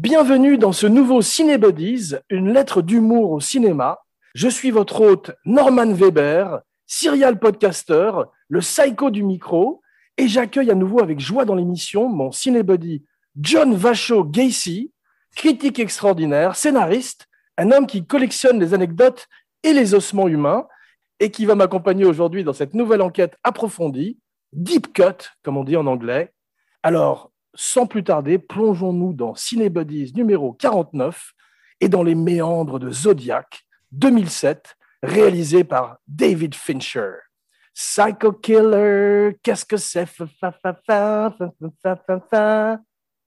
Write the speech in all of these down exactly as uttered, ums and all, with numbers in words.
Bienvenue dans ce nouveau Cinébodies, une lettre d'humour au cinéma. Je suis votre hôte Norman Weber, serial podcaster, le psycho du micro, et j'accueille à nouveau avec joie dans l'émission mon cinébody John Vachaud Gacy, critique extraordinaire, scénariste, un homme qui collectionne les anecdotes et les ossements humains et qui va m'accompagner aujourd'hui dans cette nouvelle enquête approfondie, Deep Cut, comme on dit en anglais. Alors, sans plus tarder, plongeons-nous dans Cinébodies numéro quarante-neuf et dans les méandres de Zodiac deux mille sept, réalisé par David Fincher. Psycho Killer, qu'est-ce que c'est? Fa, fa, fa, fa, fa, fa, fa, fa.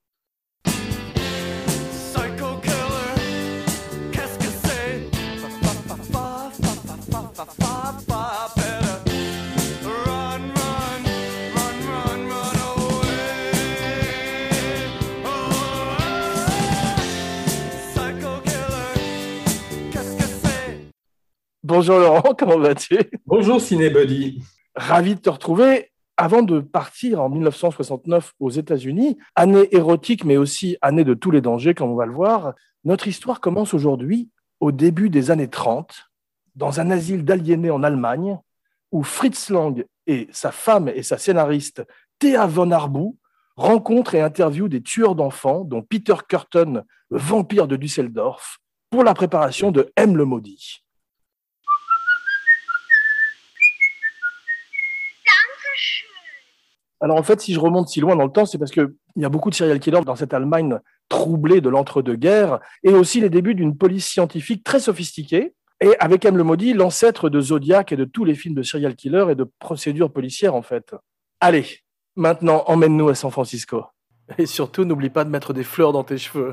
Bonjour Laurent, comment vas-tu? Bonjour Cinébody. Ravi de te retrouver. Avant de partir en dix-neuf cent soixante-neuf aux États-Unis, année érotique mais aussi année de tous les dangers comme on va le voir, notre histoire commence aujourd'hui au début des années trente, dans un asile d'aliénés en Allemagne, où Fritz Lang et sa femme et sa scénariste Thea von Harbou rencontrent et interviewent des tueurs d'enfants, dont Peter Kürten, le vampire de Düsseldorf, pour la préparation de M le Maudit. Alors en fait, si je remonte si loin dans le temps, c'est parce qu'il y a beaucoup de serial killers dans cette Allemagne troublée de l'entre-deux-guerres, et aussi les débuts d'une police scientifique très sophistiquée, et avec M le Maudit, l'ancêtre de Zodiac et de tous les films de serial killers et de procédures policières en fait. Allez, maintenant emmène-nous à San Francisco. Et surtout, n'oublie pas de mettre des fleurs dans tes cheveux.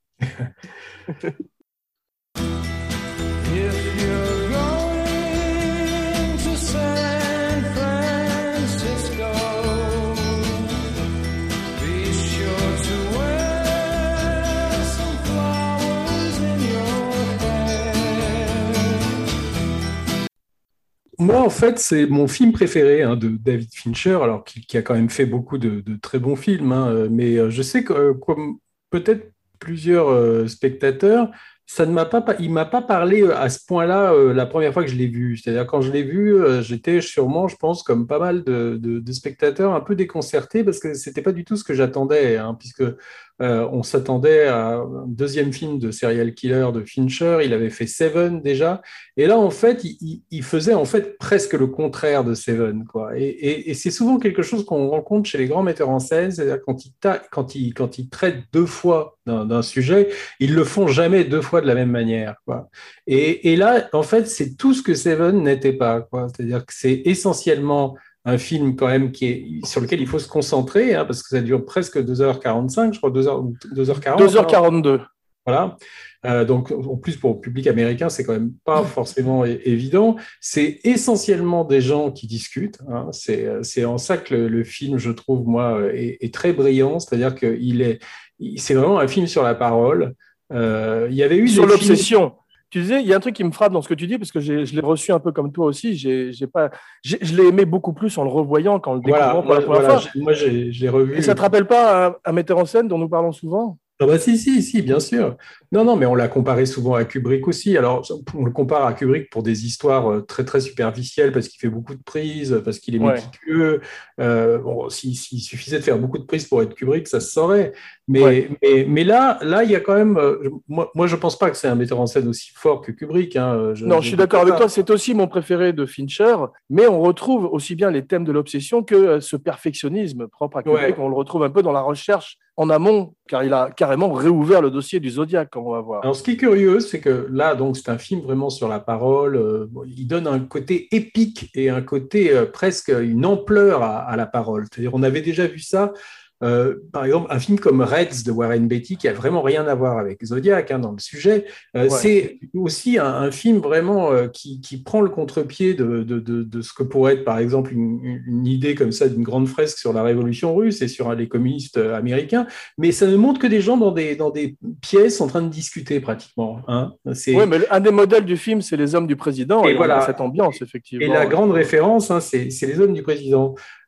Moi, en fait, c'est mon film préféré hein, de David Fincher, alors qui, qui a quand même fait beaucoup de, de très bons films, hein, mais je sais que, comme peut-être plusieurs euh, spectateurs, ça ne m'a pas, il m'a pas parlé à ce point-là euh, la première fois que je l'ai vu. C'est-à-dire quand je l'ai vu, euh, j'étais sûrement, je pense, comme pas mal de, de, de spectateurs, un peu déconcertés parce que c'était pas du tout ce que j'attendais, hein, puisque euh, on s'attendait à un deuxième film de serial killer de Fincher. Il avait fait Seven déjà, et là en fait, il, il faisait en fait presque le contraire de Seven, quoi. Et, et, et c'est souvent quelque chose qu'on rencontre chez les grands metteurs en scène, c'est-à-dire quand ils, ta- quand ils, quand ils traitent deux fois d'un, d'un sujet, ils le font jamais deux fois de la même manière, quoi. Et, et là, en fait, c'est tout ce que Seven n'était pas, quoi. C'est-à-dire que c'est essentiellement un film quand même qui est, sur lequel il faut se concentrer, hein, parce que ça dure presque deux heures quarante-cinq, je crois, deux heures, deux heures quarante. deux heures quarante-deux. Hein. Voilà. Euh, donc, en plus, pour le public américain, c'est quand même pas forcément é- évident. C'est essentiellement des gens qui discutent. Hein. C'est, c'est en ça que le, le film, je trouve, moi, est, est très brillant. C'est-à-dire qu'il est, il- c'est vraiment un film sur la parole. Euh, il y avait eu Sur des l'obsession. films... Tu disais, il y a un truc qui me frappe dans ce que tu dis, parce que j'ai, je l'ai reçu un peu comme toi aussi. J'ai, j'ai pas, j'ai, je l'ai aimé beaucoup plus en le revoyant qu'en le découvrant Voilà, pour la moi, première voilà, fois. j'ai- moi j'ai, j'ai revu. Et ça te rappelle pas un, un metteur en scène dont nous parlons souvent? Ah bah si, si, si, bien sûr. Non, non, mais on l'a comparé souvent à Kubrick aussi. Alors, on le compare à Kubrick pour des histoires euh, très, très superficielles, parce qu'il fait beaucoup de prises, parce qu'il est Ouais. méticuleux. Euh, bon, s'il s'il suffisait de faire beaucoup de prises pour être Kubrick, ça se saurait. Mais, Ouais. mais, mais là, là, il y a quand même... euh, moi, moi, je pense pas que c'est un metteur en scène aussi fort que Kubrick. Hein. Je, Non, je je suis dis d'accord pas avec ça. toi, c'est aussi mon préféré de Fincher, mais on retrouve aussi bien les thèmes de l'obsession que euh, ce perfectionnisme propre à Kubrick. Ouais. On le retrouve un peu dans la recherche en amont, car il a carrément réouvert le dossier du Zodiac, comme on va voir. Alors, ce qui est curieux, c'est que là, donc, c'est un film vraiment sur la parole. Euh, bon, il donne un côté épique et un côté euh, presque une ampleur à, à la parole. C'est-à-dire, on avait déjà vu ça. Euh, par exemple, un film comme Reds de Warren Beatty, qui a vraiment rien à voir avec Zodiac hein, dans le sujet, euh, Ouais. c'est aussi un, un film vraiment euh, qui, qui prend le contre-pied de, de, de, de ce que pourrait être, par exemple, une, une idée comme ça d'une grande fresque sur la Révolution russe et sur hein, les communistes américains, mais ça ne montre que des gens dans des, dans des pièces en train de discuter pratiquement. Hein. C'est... Oui, mais un des modèles du film, c'est Les Hommes du Président, et, Et et voilà. on a cette ambiance, effectivement. Et la grande référence, hein, c'est, c'est Les Hommes du Président.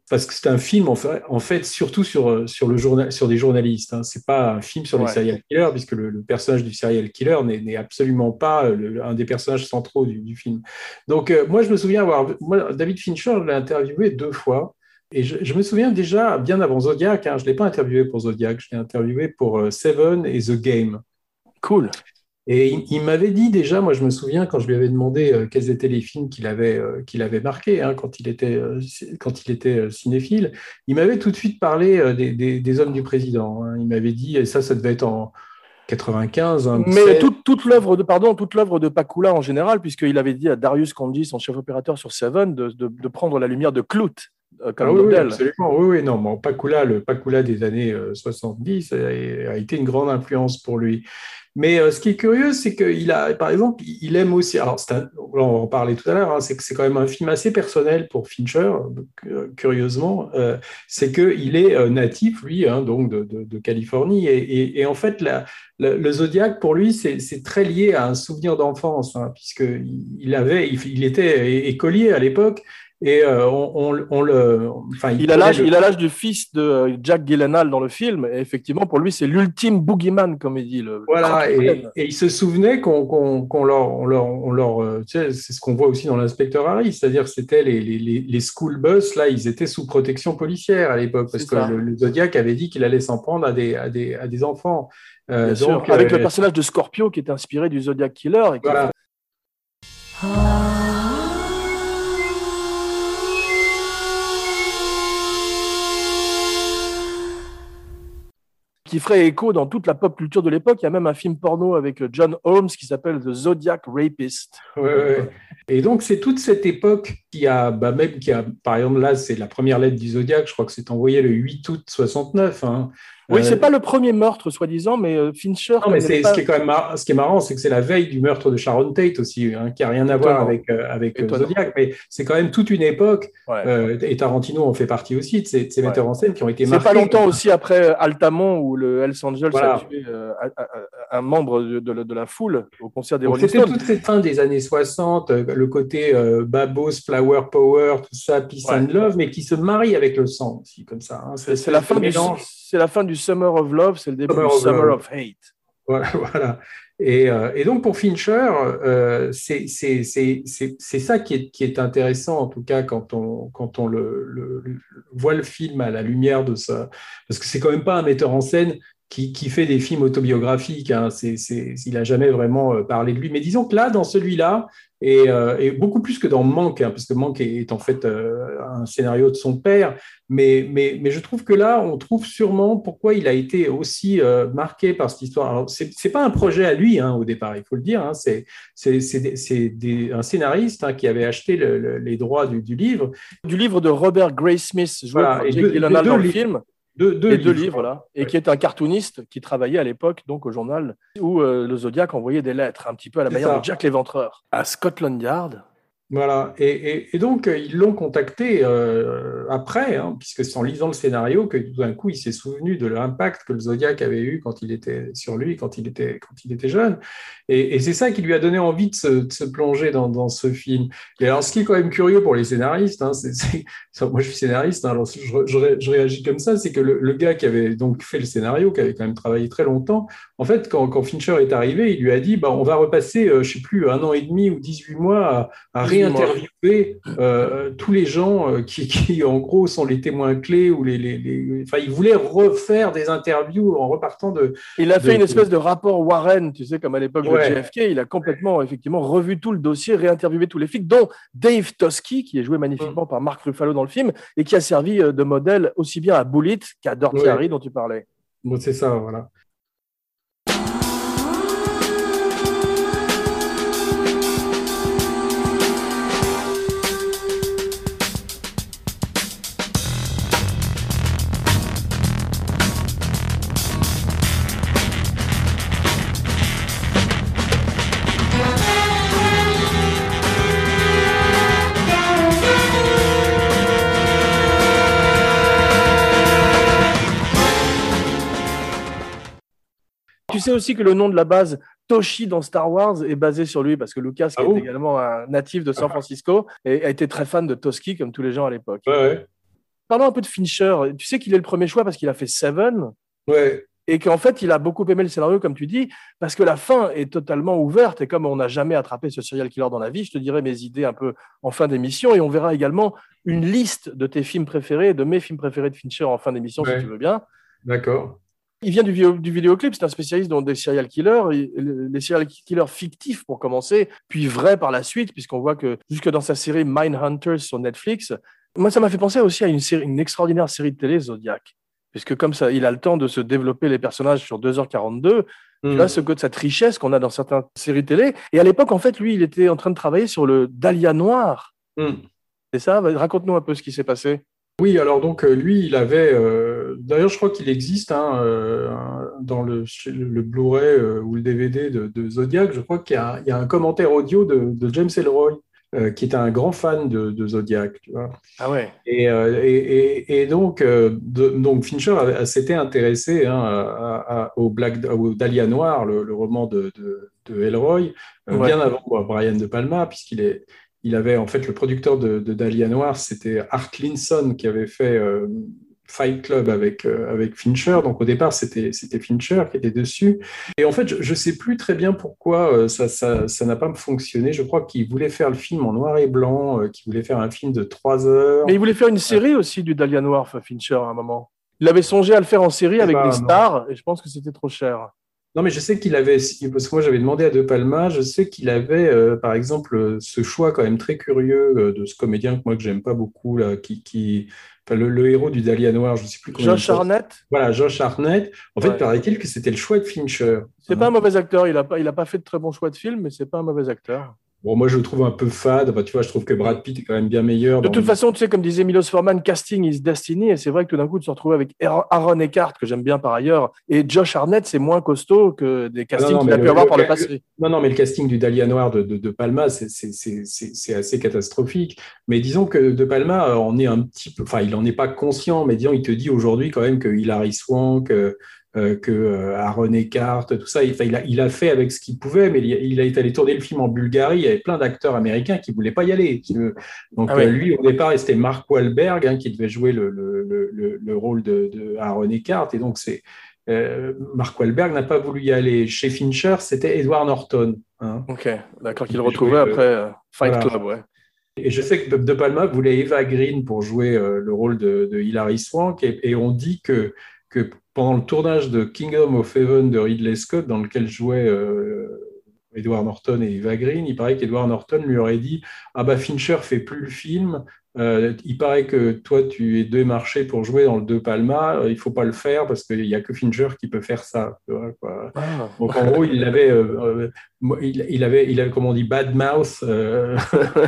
parce que c'est un film en fait, en fait surtout sur, sur, le journal, sur des journalistes. Hein. C'est pas un film sur ouais. les serial killers, puisque le, le personnage du serial killer n'est, n'est absolument pas le, un des personnages centraux du, du film. Donc euh, moi, je me souviens avoir... Moi, David Fincher, je l'ai interviewé deux fois. Et je, je me souviens déjà, bien avant Zodiac, hein, je ne l'ai pas interviewé pour Zodiac, je l'ai interviewé pour euh, Seven et The Game. Cool. Et il, il m'avait dit déjà, moi je me souviens quand je lui avais demandé euh, quels étaient les films qu'il avait, euh, qu'il avait marqués hein, quand il était, euh, quand il était euh, cinéphile, il m'avait tout de suite parlé euh, des, des, des Hommes du Président. Hein. Il m'avait dit, et ça, ça devait être en quatre-vingt-quinze. Hein, Mais toute, toute l'œuvre de, pardon, toute l'œuvre de Pakula en général, puisqu'il avait dit à Darius Kandji, son chef opérateur sur Seven, de, de, de prendre la lumière de Clout. Euh, comme ah oui, modèle. Oui, absolument. Oui, oui, non, bon, Pakula, le Pakula des années euh, soixante-dix a, a été une grande influence pour lui. Mais euh, ce qui est curieux, c'est qu'il a, par exemple, il aime aussi. Alors, c'est un, on en parlait tout à l'heure. Hein, c'est que c'est quand même un film assez personnel pour Fincher. Euh, curieusement, euh, c'est qu'il est euh, natif, lui, hein, donc de, de, de Californie, et, et, et en fait, la, la, le Zodiac pour lui, c'est, c'est très lié à un souvenir d'enfance, hein, puisque il avait, il, il était écolier à l'époque. Et euh, on, on, on le. Enfin, il, il, a l'âge, le... il a l'âge du fils de Jack Gyllenhaal dans le film. Et effectivement, pour lui, c'est l'ultime boogeyman, comme il dit. Le, voilà, le et, et il se souvenait qu'on, qu'on, qu'on leur. On leur, on leur tu sais, c'est ce qu'on voit aussi dans l'inspecteur Harry, c'est-à-dire que c'était les, les, les school bus, là, ils étaient sous protection policière à l'époque, parce c'est que le, le Zodiac avait dit qu'il allait s'en prendre à des, à des, à des enfants. Euh, Bien donc, sûr, avec euh, le personnage de Scorpio qui est inspiré du Zodiac Killer. Et qui voilà. Fait... qui ferait écho dans toute la pop culture de l'époque. Il y a même un film porno avec John Holmes qui s'appelle The Zodiac Rapist. Ouais, ouais. Et donc, c'est toute cette époque qui a, bah, même qui a, par exemple, là, c'est la première lettre du Zodiac, je crois que c'est envoyé le huit août soixante-neuf. Hein. Oui, c'est euh... pas le premier meurtre, soi-disant, mais Fincher... Non, mais c'est, pas... ce, qui est quand même mar... ce qui est marrant, c'est que c'est la veille du meurtre de Sharon Tate aussi, hein, qui n'a rien à Étonnant. voir avec, euh, avec Zodiac, mais c'est quand même toute une époque, ouais. euh, et Tarantino en fait partie aussi, de ces, de ces ouais. metteurs en scène qui ont été c'est marqués. C'est pas longtemps aussi après Altamont, où le Hells Angels voilà. a tué euh, un membre de, de, de la foule au concert des Rolling Stones. C'était toute cette fin des années soixante, le côté euh, Babos, Flower Power, tout ça, Peace ouais. and Love, mais qui se marie avec le sang aussi, comme ça. Hein. C'est, c'est, la fin du, c'est la fin du Summer of Love, c'est le début Summer du of Summer Love. of Hate. Voilà. voilà. Et, euh, et donc pour Fincher, euh, c'est, c'est, c'est, c'est, c'est ça qui est, qui est intéressant, en tout cas, quand on, quand on le, le, le, voit le film à la lumière de ça. Parce que c'est quand même pas un metteur en scène qui, qui fait des films autobiographiques. Hein. C'est, c'est, il n'a jamais vraiment parlé de lui. Mais disons que là, dans celui-là, et, euh, et beaucoup plus que dans Manque, hein, parce que Manque est, est en fait euh, un scénario de son père, mais, mais, mais je trouve que là, on trouve sûrement pourquoi il a été aussi euh, marqué par cette histoire. Alors, c'est, c'est pas un projet à lui hein, au départ, il faut le dire, hein, c'est, c'est, c'est, des, c'est des, un scénariste hein, qui avait acheté le, le, les droits du, du livre. Du livre de Robert Graysmith, joué voilà, par Jake Gyllenhaal dans le film. Deux, deux et livres, deux livres, là, et ouais. qui est un cartooniste qui travaillait à l'époque donc au journal où euh, le Zodiac envoyait des lettres, un petit peu à la manière de Jack l'Éventreur, à Scotland Yard. Voilà, et, et, et donc ils l'ont contacté euh, après, hein, puisque c'est en lisant le scénario que tout d'un coup il s'est souvenu de l'impact que le Zodiac avait eu quand il était sur lui, quand il était, quand il était jeune. Et, et c'est ça qui lui a donné envie de se, de se plonger dans, dans ce film. Et alors, ce qui est quand même curieux pour les scénaristes, hein, c'est, c'est, moi je suis scénariste, hein, alors je, je, je réagis comme ça, c'est que le, le gars qui avait donc fait le scénario, qui avait quand même travaillé très longtemps, en fait, quand, quand Fincher est arrivé, il lui a dit bah, on va repasser, euh, je ne sais plus, un an et demi ou dix-huit mois à, à réinterviewer euh, tous les gens euh, qui, qui, en gros, sont les témoins clés ou les, les, les... Enfin, il voulait refaire des interviews en repartant de... Il a fait de, une espèce de rapport Warren, tu sais, comme à l'époque ouais. de J F K. Il a complètement, effectivement, revu tout le dossier, réinterviewé tous les flics, dont Dave Toschi, qui est joué magnifiquement mmh. par Mark Ruffalo dans le film, et qui a servi de modèle aussi bien à Bullitt qu'à Dirty ouais. Harry, dont tu parlais. Bon, c'est ça, voilà. Tu sais aussi que le nom de la base Toshi dans Star Wars est basé sur lui parce que Lucas, qui ah est bon également un natif de San Francisco, et a été très fan de Toschi comme tous les gens à l'époque. Ouais, ouais. Parlons un peu de Fincher. Tu sais qu'il est le premier choix parce qu'il a fait Seven. Ouais. Et qu'en fait, il a beaucoup aimé le scénario, comme tu dis, parce que la fin est totalement ouverte. Et comme on n'a jamais attrapé ce serial killer dans la vie, je te dirai mes idées un peu en fin d'émission. Et on verra également une liste de tes films préférés, de mes films préférés de Fincher en fin d'émission, Ouais. si tu veux bien. D'accord. Il vient du, vidéo, du vidéoclip, c'est un spécialiste dans des serial killers, les serial killers fictifs pour commencer, puis vrais par la suite, puisqu'on voit que jusque dans sa série Mindhunters sur Netflix, moi ça m'a fait penser aussi à une, série, une extraordinaire série de télé, Zodiac, puisque comme ça, il a le temps de se développer les personnages sur deux heures quarante-deux, mmh. Tu vois, ce côté, cette richesse qu'on a dans certaines séries télé. Et à l'époque, en fait, lui, il était en train de travailler sur le Dahlia Noir. Mmh. C'est ça? Raconte-nous un peu ce qui s'est passé. Oui, alors donc lui, il avait, euh, d'ailleurs je crois qu'il existe hein, euh, dans le, le Blu-ray euh, ou le D V D de, de Zodiac, je crois qu'il y a, il y a un commentaire audio de, de James Ellroy, euh, qui est un grand fan de, de Zodiac. Tu vois. Ah ouais. Et, euh, et, et, et donc, euh, de, donc Fincher a, a, s'était intéressé hein, à, à, au, Black, au Dahlia Noir, le, le roman de, de, de Ellroy, euh, ouais. bien avant bon, Brian De Palma, puisqu'il est Il avait en fait le producteur de, de Dahlia Noir, c'était Art Linson qui avait fait euh, Fight Club avec, euh, avec Fincher. Donc au départ, c'était, c'était Fincher qui était dessus. Et en fait, je ne sais plus très bien pourquoi euh, ça, ça, ça n'a pas fonctionné. Je crois qu'il voulait faire le film en noir et blanc, euh, qu'il voulait faire un film de trois heures. Mais il voulait faire une série aussi du Dahlia Noir, Fincher, à un moment. Il avait songé à le faire en série avec pas, des stars, non. Et je pense que c'était trop cher. Non, mais je sais qu'il avait, parce que moi j'avais demandé à De Palma, je sais qu'il avait, euh, par exemple, ce choix quand même très curieux euh, de ce comédien que moi que j'aime pas beaucoup, là, qui, qui, enfin, le, le héros du Dahlia Noir, je ne sais plus comment. Josh Hartnett. Voilà, Josh Hartnett. En fait, ouais. paraît-il que c'était le choix de Fincher. C'est hein. pas un mauvais acteur, il n'a pas, il a pas fait de très bons choix de film, mais c'est pas un mauvais acteur. Bon, moi, je le trouve un peu fade. Enfin, tu vois, je trouve que Brad Pitt est quand même bien meilleur. De toute le... façon, tu sais, comme disait Milos Forman, casting is destiny. Et c'est vrai que tout d'un coup, de se retrouver avec Aaron Eckhart, que j'aime bien par ailleurs, et Josh Hartnett, c'est moins costaud que des castings ah non, non, qu'il a pu le, avoir le, par le passé. Non, non, mais le casting du Dahlia Noir de, de, de Palma, c'est, c'est, c'est, c'est, c'est assez catastrophique. Mais disons que De Palma en est un petit peu... Enfin, il n'en est pas conscient, mais disons, il te dit aujourd'hui quand même que Hilary Swank... Euh, Euh, que euh, Aaron Eckhart, tout ça, il, il, a, il a fait avec ce qu'il pouvait, mais il, il a été allé tourner le film en Bulgarie, il y avait plein d'acteurs américains qui ne voulaient pas y aller. Donc ah ouais. euh, lui, au départ, c'était Mark Wahlberg hein, qui devait jouer le, le, le, le rôle de, de Aaron Eckhart, et donc c'est, euh, Mark Wahlberg n'a pas voulu y aller. Chez Fincher, c'était Edward Norton. Hein, ok, d'accord, qu'il retrouvait après euh, Fight voilà. Club, ouais. Et je sais que De Palma voulait Eva Green pour jouer euh, le rôle de, de Hilary Swank, et, et on dit que que pendant le tournage de Kingdom of Heaven de Ridley Scott, dans lequel jouaient euh, Edward Norton et Eva Green, il paraît qu'Edward Norton lui aurait dit « Ah bah Fincher fait plus le film, euh, il paraît que toi tu es démarché pour jouer dans le De Palma, euh, il faut pas le faire parce qu'il n'y a que Fincher qui peut faire ça. » quoi. Ah. Donc en gros, il avait, euh, euh, il, il avait, il avait, comme on dit, bad mouth, euh,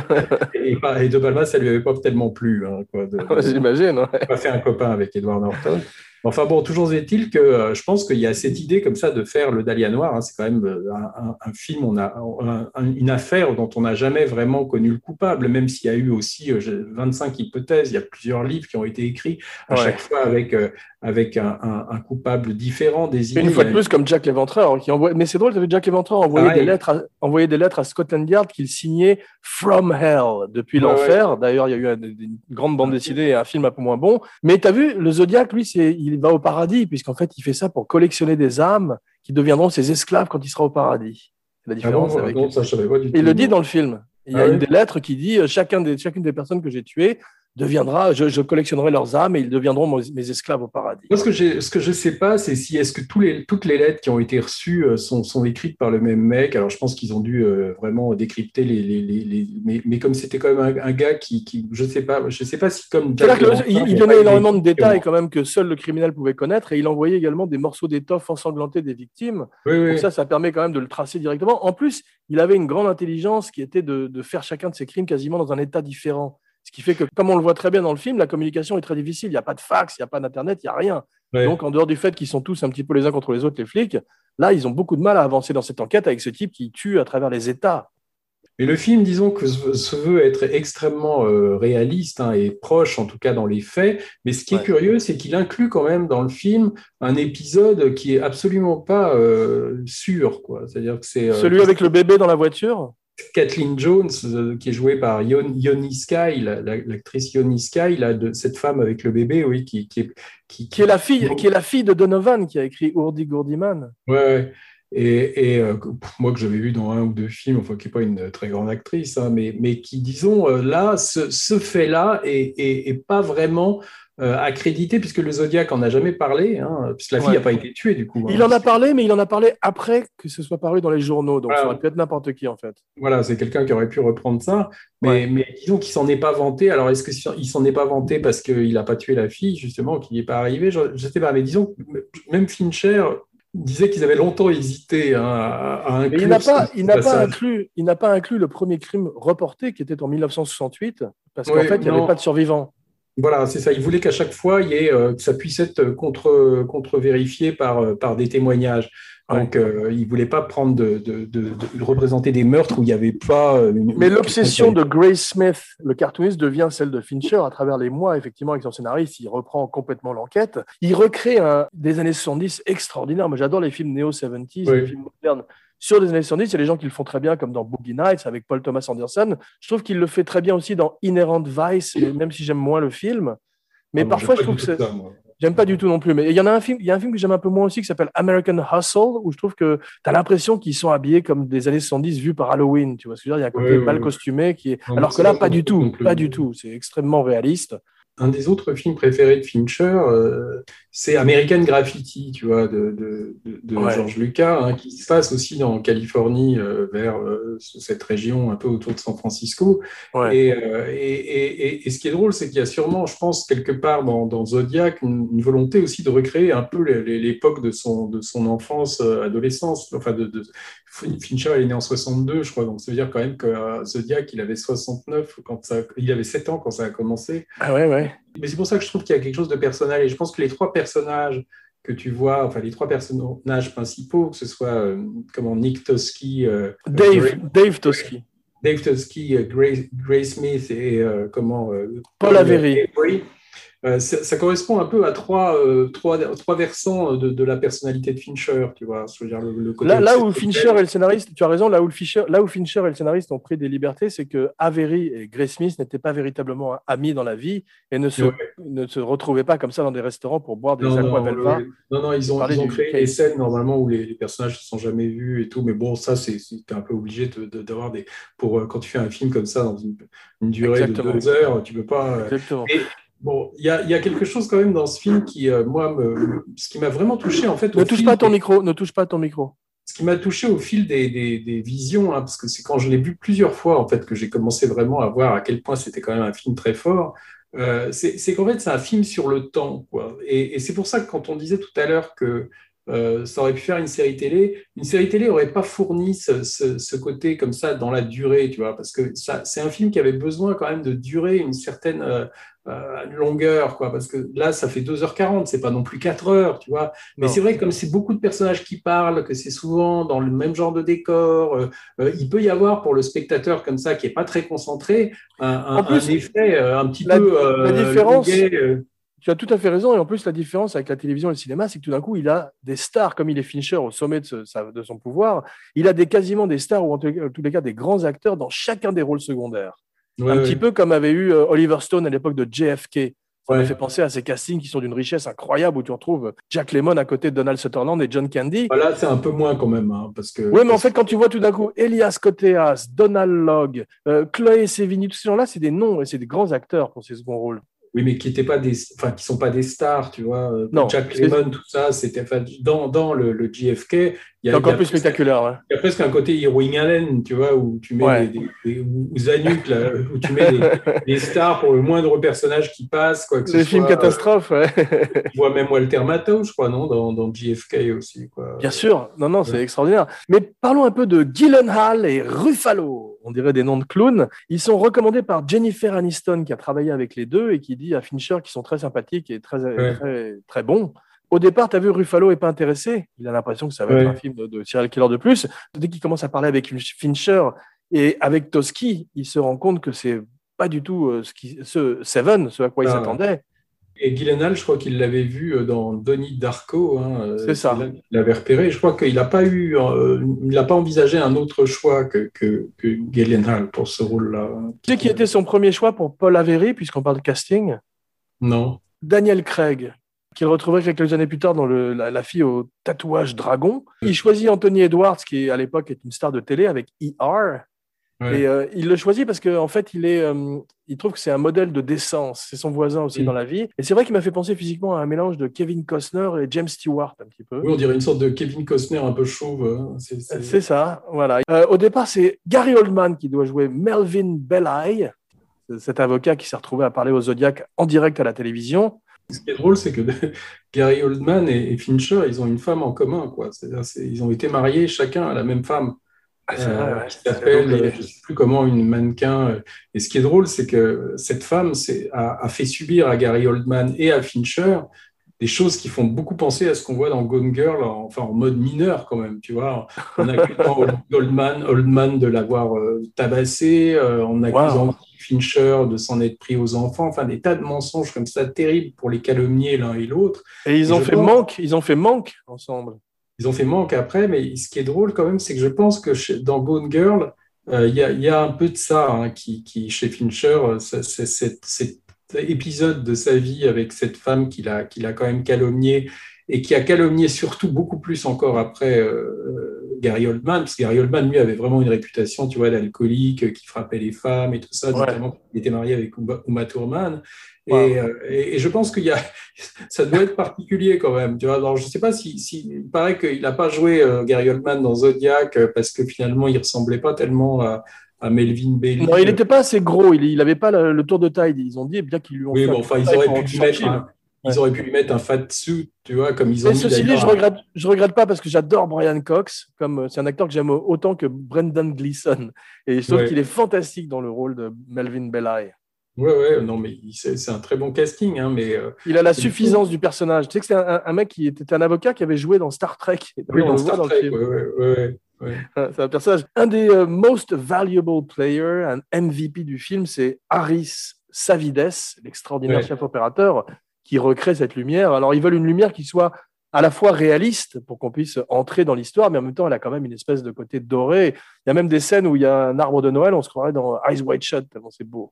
et, et De Palma, ça lui avait pas tellement plu. Hein, quoi, de, de, J'imagine. Ouais. Pas fait un copain avec Edward Norton. Enfin bon, toujours est-il que euh, je pense qu'il y a cette idée comme ça de faire le Dahlia Noir. Hein, c'est quand même un, un, un film, on a un, une affaire dont on n'a jamais vraiment connu le coupable, même s'il y a eu aussi euh, vingt-cinq hypothèses. Il y a plusieurs livres qui ont été écrits à ouais. chaque fois avec euh, avec un, un, un coupable différent désigné. Une fois de plus, comme Jack l'Éventreur, qui envoie. Mais c'est drôle, Jack l'Éventreur envoyait ah, des lettres, à... envoyait des lettres à Scotland Yard qu'il signait From Hell depuis ouais, l'enfer. Ouais. D'ailleurs, il y a eu une, une grande bande dessinée et un film un peu moins bon. Mais tu as vu, le Zodiac, lui, c'est il va au paradis, puisqu'en fait, il fait ça pour collectionner des âmes qui deviendront ses esclaves quand il sera au paradis. C'est la différence. Ah bon, avec... non, ça, je savais pas du tout. Il le dit dans le film. Il y a ah une oui. des lettres qui dit chacun des, chacune des personnes que j'ai tuées deviendra, je, je collectionnerai leurs âmes et ils deviendront mes, mes esclaves au paradis. Moi, ce que j'ai, ce que je sais pas, c'est si est-ce que tous les, toutes les lettres qui ont été reçues sont, sont écrites par le même mec. Alors, je pense qu'ils ont dû euh, vraiment décrypter les, les, les, les mais, mais comme c'était quand même un, un gars qui, qui, je sais pas, je sais pas si comme. Jack le, il, il donnait énormément de détails quand même que seul le criminel pouvait connaître et il envoyait également des morceaux d'étoffe ensanglantés des victimes. Oui, oui. Donc ça, ça permet quand même de le tracer directement. En plus, il avait une grande intelligence qui était de, de faire chacun de ses crimes quasiment dans un état différent. Ce qui fait que, comme on le voit très bien dans le film, la communication est très difficile. Il n'y a pas de fax, il n'y a pas d'Internet, il n'y a rien. Ouais. Donc, en dehors du fait qu'ils sont tous un petit peu les uns contre les autres, les flics, là, ils ont beaucoup de mal à avancer dans cette enquête avec ce type qui tue à travers les États. Mais le film, disons que se veut être extrêmement euh, réaliste hein, et proche, en tout cas dans les faits. Mais ce qui ouais. est curieux, c'est qu'il inclut quand même dans le film un épisode qui est absolument pas euh, sûr, quoi. C'est-à-dire que c'est euh, celui avec le bébé dans la voiture. Kathleen Jones, euh, qui est jouée par Yon- Yoni Sky, la- la- l'actrice Yoni Sky, là, de cette femme avec le bébé, oui, qui, qui est. Qui, Qui est qui- la fille, qui est la fille de Donovan, qui a écrit Ourdi Gourdiman. Ouais, ouais. Et, et, euh, moi que j'avais vu dans un ou deux films, enfin qui n'est pas une très grande actrice, hein, mais, mais qui, disons, euh, là, ce, ce fait-là est, est, est pas vraiment euh, accrédité, puisque le Zodiac en a jamais parlé, hein, puisque la fille n'a Ouais. pas été tuée du coup. Il Hein. en a C'est- parlé, mais il en a parlé après que ce soit paru dans les journaux. Donc, ça aurait Voilà, pu être n'importe qui, en fait. voilà, c'est quelqu'un qui aurait pu reprendre ça, mais, Ouais. mais disons qu'il s'en est pas vanté. Alors, est-ce qu'il s'en est pas vanté parce qu'il n'a pas tué la fille, justement, qu'il n'y est pas arrivé? Je ne sais pas, mais disons, que même Fincher disait qu'ils avaient longtemps hésité hein, à, à Mais il inclure n'a ce, pas, il ce n'a pas passage. inclus, il n'a pas inclus le premier crime reporté qui était en mille neuf cent soixante-huit, parce qu'en Oui, fait, il n'y avait non, pas de survivants. voilà, c'est ça. Il voulait qu'à chaque fois, il y ait, euh, que ça puisse être contre, contre-vérifié par, euh, par des témoignages. Ouais. Donc, euh, il ne voulait pas prendre de, de, de, de représenter des meurtres où il n'y avait pas une. Mais une- l'obsession de Grace Smith, le cartooniste, devient celle de Fincher à travers les mois, effectivement, avec son scénariste. Il reprend complètement l'enquête. Il recrée un, des années soixante-dix extraordinaires. Moi, j'adore les films néo-soixante-dix, Oui. les films modernes sur les années soixante-dix. Il y a des gens qui le font très bien, comme dans Boogie Nights avec Paul Thomas Anderson. Je trouve qu'il le fait très bien aussi dans Inherent Vice, même si j'aime moins le film. Mais Ah non, j'aime parfois, pas je trouve du que tout c'est. ça, moi. J'aime pas du tout non plus, mais il y en a un film, il y a un film que j'aime un peu moins aussi qui s'appelle American Hustle, où je trouve que tu as l'impression qu'ils sont habillés comme des années soixante-dix vus par Halloween, tu vois ce que je veux dire, il y a un côté Oui, oui, mal oui. costumé qui est, Non, moi, alors que c'est là, pas pas mon du truc non tout, plus. pas du tout, c'est extrêmement réaliste. Un des autres films préférés de Fincher, euh, c'est American Graffiti, tu vois, de, de, de, de Ouais, George Lucas, hein, qui se passe aussi en Californie, euh, vers euh, cette région un peu autour de San Francisco. ouais. Et, euh, et, et, et, et ce qui est drôle, c'est qu'il y a sûrement, je pense, quelque part dans, dans Zodiac, une, une volonté aussi de recréer un peu l'époque de son, de son enfance, euh, adolescence. Enfin, de, de, Fincher, il est né en soixante-deux, je crois, donc ça veut dire quand même que euh, Zodiac, il avait soixante-neuf quand ça, il avait sept ans quand ça a commencé. Ah ouais, ouais. Mais c'est pour ça que je trouve qu'il y a quelque chose de personnel. Et je pense que les trois personnages que tu vois, enfin les trois personnages principaux, que ce soit euh, comment Nick Toschi, euh, Dave, Gray- Dave Toschi, Dave Toschi, euh, Gray, Gray Smith et euh, comment euh, Paul Avery. Avery, euh, ça, ça correspond un peu à trois, euh, trois, trois versants de, de la personnalité de Fincher, tu vois. Je veux dire, le, le côté Là, là où obsessionnel. Fincher et le scénariste, tu as raison, là où, le Fincher, là où Fincher et le scénariste ont pris des libertés, c'est que Avery et Grace Smith n'étaient pas véritablement amis dans la vie et ne se, Ouais. ne se retrouvaient pas comme ça dans des restaurants pour boire des Non, non, aquavelva. ouais. non, non, ils Et ont, parler ils ont du créé case. des scènes normalement où les, les personnages ne se sont jamais vus et tout, mais bon, ça, c'est c'est- t'es un peu obligé de- de- d'avoir des. Pour, euh, quand tu fais un film comme ça, dans une, une durée Exactement. de deux heures, tu peux pas. euh, Exactement. Mais bon, il y a, il y a quelque chose quand même dans ce film qui, euh, moi, me, ce qui m'a vraiment touché, en fait, Ne au touche fil pas à ton des- micro, ne touche pas à ton micro. ce qui m'a touché au fil des, des, des visions, hein, parce que c'est quand je l'ai vu plusieurs fois, en fait, que j'ai commencé vraiment à voir à quel point c'était quand même un film très fort. Euh, c'est c'est qu'en fait, c'est un film sur le temps, quoi. Et, et c'est pour ça que quand on disait tout à l'heure que euh, ça aurait pu faire une série télé, une série télé n'aurait pas fourni ce, ce, ce côté comme ça dans la durée, tu vois, parce que ça, c'est un film qui avait besoin quand même de durer une certaine euh, euh, longueur, quoi, parce que là, ça fait deux heures quarante, c'est pas non plus quatre heures, tu vois. Mais Non. c'est vrai que comme c'est beaucoup de personnages qui parlent, que c'est souvent dans le même genre de décor, euh, euh, il peut y avoir pour le spectateur comme ça, qui est pas très concentré, un, un, En plus, un effet euh, un petit la, peu la euh, différence, longuet, euh. tu as tout à fait raison. Et en plus, la différence avec la télévision et le cinéma, c'est que tout d'un coup, il a des stars, comme il est Fincher au sommet de, ce- sa- de son pouvoir. Il a des, quasiment des stars, ou en tous les cas- en tous les cas des grands acteurs dans chacun des rôles secondaires. Ouais, Un ouais, petit peu comme avait eu euh, Oliver Stone à l'époque de J F K. Ça m'a ouais. fait penser à ces castings qui sont d'une richesse incroyable, où tu retrouves Jack Lemmon à côté de Donald Sutherland et John Candy. Voilà, c'est un peu moins quand même, hein, parce que. Oui, mais en parce fait, quand tu vois tout d'un coup Elias Koteas, Donald Logg, euh, Chloé Sevigny, tous ces gens-là, c'est des noms et c'est des grands acteurs pour ces seconds rôles. Oui, mais qui étaient pas des, enfin, qui sont pas des stars, tu vois. Non, Jack parce que Lemmon, tout ça, c'était, enfin, dans, dans le, le J F K, il y c'est a, encore il y a plus presque- spectaculaire. Ouais. il y a presque un côté Irving Allen, tu vois, où tu mets Ouais. des, des- des- ou Zanuck, là, où tu mets des, des stars pour le moindre personnage qui passe, quoi que Les ce films soit. catastrophes, ouais. Tu vois même Walter Matthau, je crois, non, dans, dans J F K aussi, quoi. Bien sûr, non, non, c'est Ouais. extraordinaire. Mais parlons un peu de Gyllenhaal et Ruffalo. On dirait des noms de clowns. Ils sont recommandés par Jennifer Aniston, qui a travaillé avec les deux et qui dit à Fincher qu'ils sont très sympathiques et très, Ouais. très, très bons. Au départ, tu as vu, Ruffalo n'est pas intéressé. Il a l'impression que ça va Ouais. être un film de, de serial killer de plus. Dès qu'il commence à parler avec Fincher et avec Toschi, il se rend compte que c'est pas du tout euh, ce, qui, ce Seven, ce à quoi il Ah, s'attendait. et Gyllenhaal, je crois qu'il l'avait vu dans Donnie Darko. Hein, C'est ça. là qu'il l'avait repéré. Je crois qu'il n'a pas eu, euh, il n'a pas envisagé un autre choix que, que, que Gyllenhaal pour ce rôle-là. Tu sais qui était son premier choix pour Paul Avery, puisqu'on parle de casting? Non. Daniel Craig, qu'il retrouverait quelques années plus tard dans le, la, la fille au tatouage dragon. Il choisit Anthony Edwards, qui à l'époque est une star de télé, avec E R. Ouais. Et euh, il le choisit parce qu'en en fait, il, est, euh, il trouve que c'est un modèle de décence. C'est son voisin aussi mmh. dans la vie. Et c'est vrai qu'il m'a fait penser physiquement à un mélange de Kevin Costner et James Stewart, un petit peu. Oui, on dirait une sorte de Kevin Costner un peu chauve. Hein. C'est, c'est... c'est ça, voilà. Euh, au départ, c'est Gary Oldman qui doit jouer Melvin Belli, cet avocat qui s'est retrouvé à parler au Zodiac en direct à la télévision. Ce qui est drôle, c'est que Gary Oldman et Fincher, ils ont une femme en commun, quoi. C'est-à-dire, c'est, ils ont été mariés chacun à la même femme. Ah, c'est vrai, ouais. Euh, qui s'appelle, je ne sais plus comment, une mannequin. Et ce qui est drôle, c'est que cette femme c'est, a, a fait subir à Gary Oldman et à Fincher des choses qui font beaucoup penser à ce qu'on voit dans Gone Girl, en, enfin en mode mineur quand même, tu vois, en accusant Oldman, Oldman de l'avoir euh, tabassé, euh, en accusant wow. Fincher de s'en être pris aux enfants, enfin des tas de mensonges comme ça terribles pour les calomnier l'un et l'autre. Et ils ont et fait pense... manque, ils ont fait manque ensemble. Ils ont fait manque après, mais ce qui est drôle quand même, c'est que je pense que chez, dans Gone Girl, il euh, y, y a un peu de ça hein, qui, qui, chez Fincher, c'est, c'est, c'est, cet épisode de sa vie avec cette femme qu'il a, qu'il a quand même calomniée et qui a calomnié surtout beaucoup plus encore après euh, Gary Oldman, parce que Gary Oldman, lui, avait vraiment une réputation, tu vois, d'alcoolique, qui frappait les femmes et tout ça, ouais. notamment il était marié avec Uma Thurman. Et, wow. euh, et, et je pense qu'il y a, ça doit être particulier quand même. Tu vois, alors je ne sais pas si, si, il paraît qu'il n'a pas joué euh, Gary Oldman dans Zodiac euh, parce que finalement il ne ressemblait pas tellement à, à Melvin Belli. Non, il n'était pas assez gros. Il n'avait pas le, le tour de taille. Ils ont dit bien qu'ils lui ont. Oui, fait bon, enfin ils auraient pu lui mettre. Un, ouais. Ils auraient pu lui mettre un fat suit, tu vois, comme ils ont. Et mis ceci dit, je regrette, je regrette pas parce que j'adore Brian Cox. Comme c'est un acteur que j'aime autant que Brendan Gleeson. Et je trouve ouais. qu'il est fantastique dans le rôle de Melvin Belli. Ouais, ouais, non, mais c'est, c'est un très bon casting. Hein, mais, euh, il a la suffisance du, du personnage. Tu sais que c'est un, un mec qui était un avocat qui avait joué dans Star Trek. Oui, dans Star Trek, oui, oui, oui. C'est un personnage. Un des uh, most valuable players, un M V P du film, c'est Harris Savides, l'extraordinaire ouais. chef opérateur, qui recrée cette lumière. Alors, ils veulent une lumière qui soit à la fois réaliste pour qu'on puisse entrer dans l'histoire, mais en même temps, elle a quand même une espèce de côté doré. Il y a même des scènes où il y a un arbre de Noël, on se croirait dans Eyes Wide Shut, tellement c'est beau.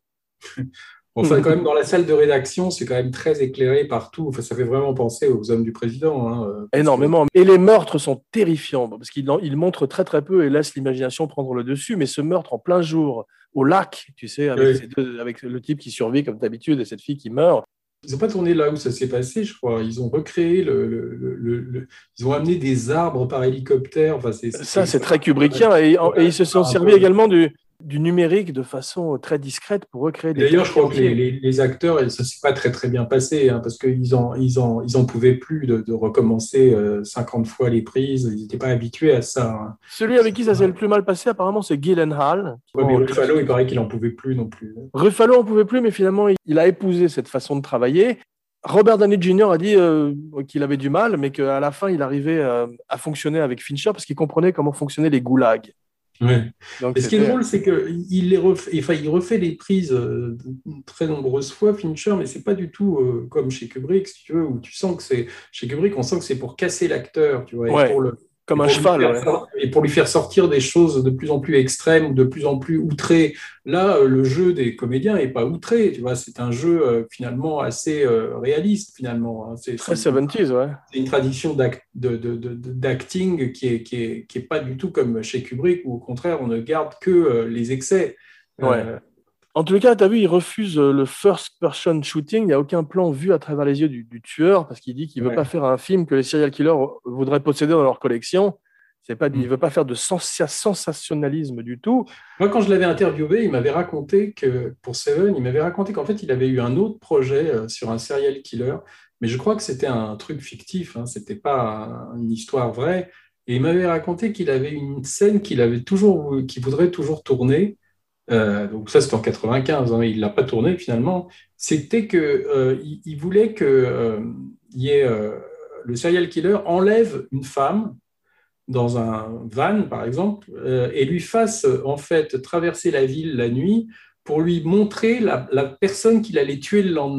Enfin, quand même, dans la salle de rédaction, c'est quand même très éclairé partout. Enfin, ça fait vraiment penser aux hommes du président. Hein, énormément. Que... Et les meurtres sont terrifiants, parce qu'ils ils montrent très très peu et laissent l'imagination prendre le dessus. Mais ce meurtre en plein jour, au lac, tu sais, avec, oui. ces deux, avec le type qui survit comme d'habitude et cette fille qui meurt. Ils n'ont pas tourné là où ça s'est passé, je crois. Ils ont recréé le, le, le, le, le... Ils ont amené des arbres par hélicoptère. Enfin, c'est, c'est... Ça, c'est très kubrickien. Et, ouais, et ils se sont servis peu... également du, du numérique de façon très discrète pour recréer des... D'ailleurs, je crois que les, les, les acteurs, ça ne s'est pas très, très bien passé, hein, parce qu'ils n'en ils en, ils en pouvaient plus de, de recommencer euh, cinquante fois les prises. Ils n'étaient pas habitués à ça. Hein. Celui avec qui ça s'est le plus mal passé, apparemment, c'est Gyllenhaal. Oui, mais Ruffalo, il paraît qu'il n'en pouvait plus non plus. Ruffalo n'en pouvait plus, mais finalement, il a épousé cette façon de travailler. Robert Downey junior a dit euh, qu'il avait du mal, mais qu'à la fin, il arrivait euh, à fonctionner avec Fincher parce qu'il comprenait comment fonctionnaient les goulags. Ouais. Donc, et ce qui est drôle, c'est qu'il les refait, enfin, il refait les prises euh, très nombreuses fois, Fincher, mais c'est pas du tout euh, comme chez Kubrick, si tu veux, où tu sens que c'est chez Kubrick, on sent que c'est pour casser l'acteur, tu vois, ouais, et pour le, comme un cheval, ouais. Sortir, et pour lui faire sortir des choses de plus en plus extrêmes ou de plus en plus outrées. Là, le jeu des comédiens est pas outré, tu vois, c'est un jeu euh, finalement assez euh, réaliste finalement. Hein. C'est, très c'est, soixante-dix, ouais. C'est une tradition d'act, de, de, de, d'acting qui est, qui, est, qui est pas du tout comme chez Kubrick, où au contraire, on ne garde que euh, les excès. Ouais. Euh, En tout cas, tu as vu, il refuse le first-person shooting. Il n'y a aucun plan vu à travers les yeux du, du tueur parce qu'il dit qu'il ne veut ouais. pas faire un film que les serial killers voudraient posséder dans leur collection. C'est pas, mmh. Il ne veut pas faire de sens- sensationnalisme du tout. Moi, quand je l'avais interviewé, il m'avait raconté que, pour Seven, il m'avait raconté qu'en fait, il avait eu un autre projet sur un serial killer, mais je crois que c'était un truc fictif, hein, ce n'était pas une histoire vraie. Et il m'avait raconté qu'il avait une scène qu'il avait toujours, qu'il voudrait toujours tourner. Euh, donc ça, c'était en quatre-vingt-quinze, hein, il ne l'a pas tourné finalement. C'était qu'il euh, il voulait que euh, y ait, euh, le serial killer enlève une femme dans un van, par exemple, euh, et lui fasse en fait traverser la ville la nuit pour lui montrer la, la personne qu'il allait tuer le lendemain.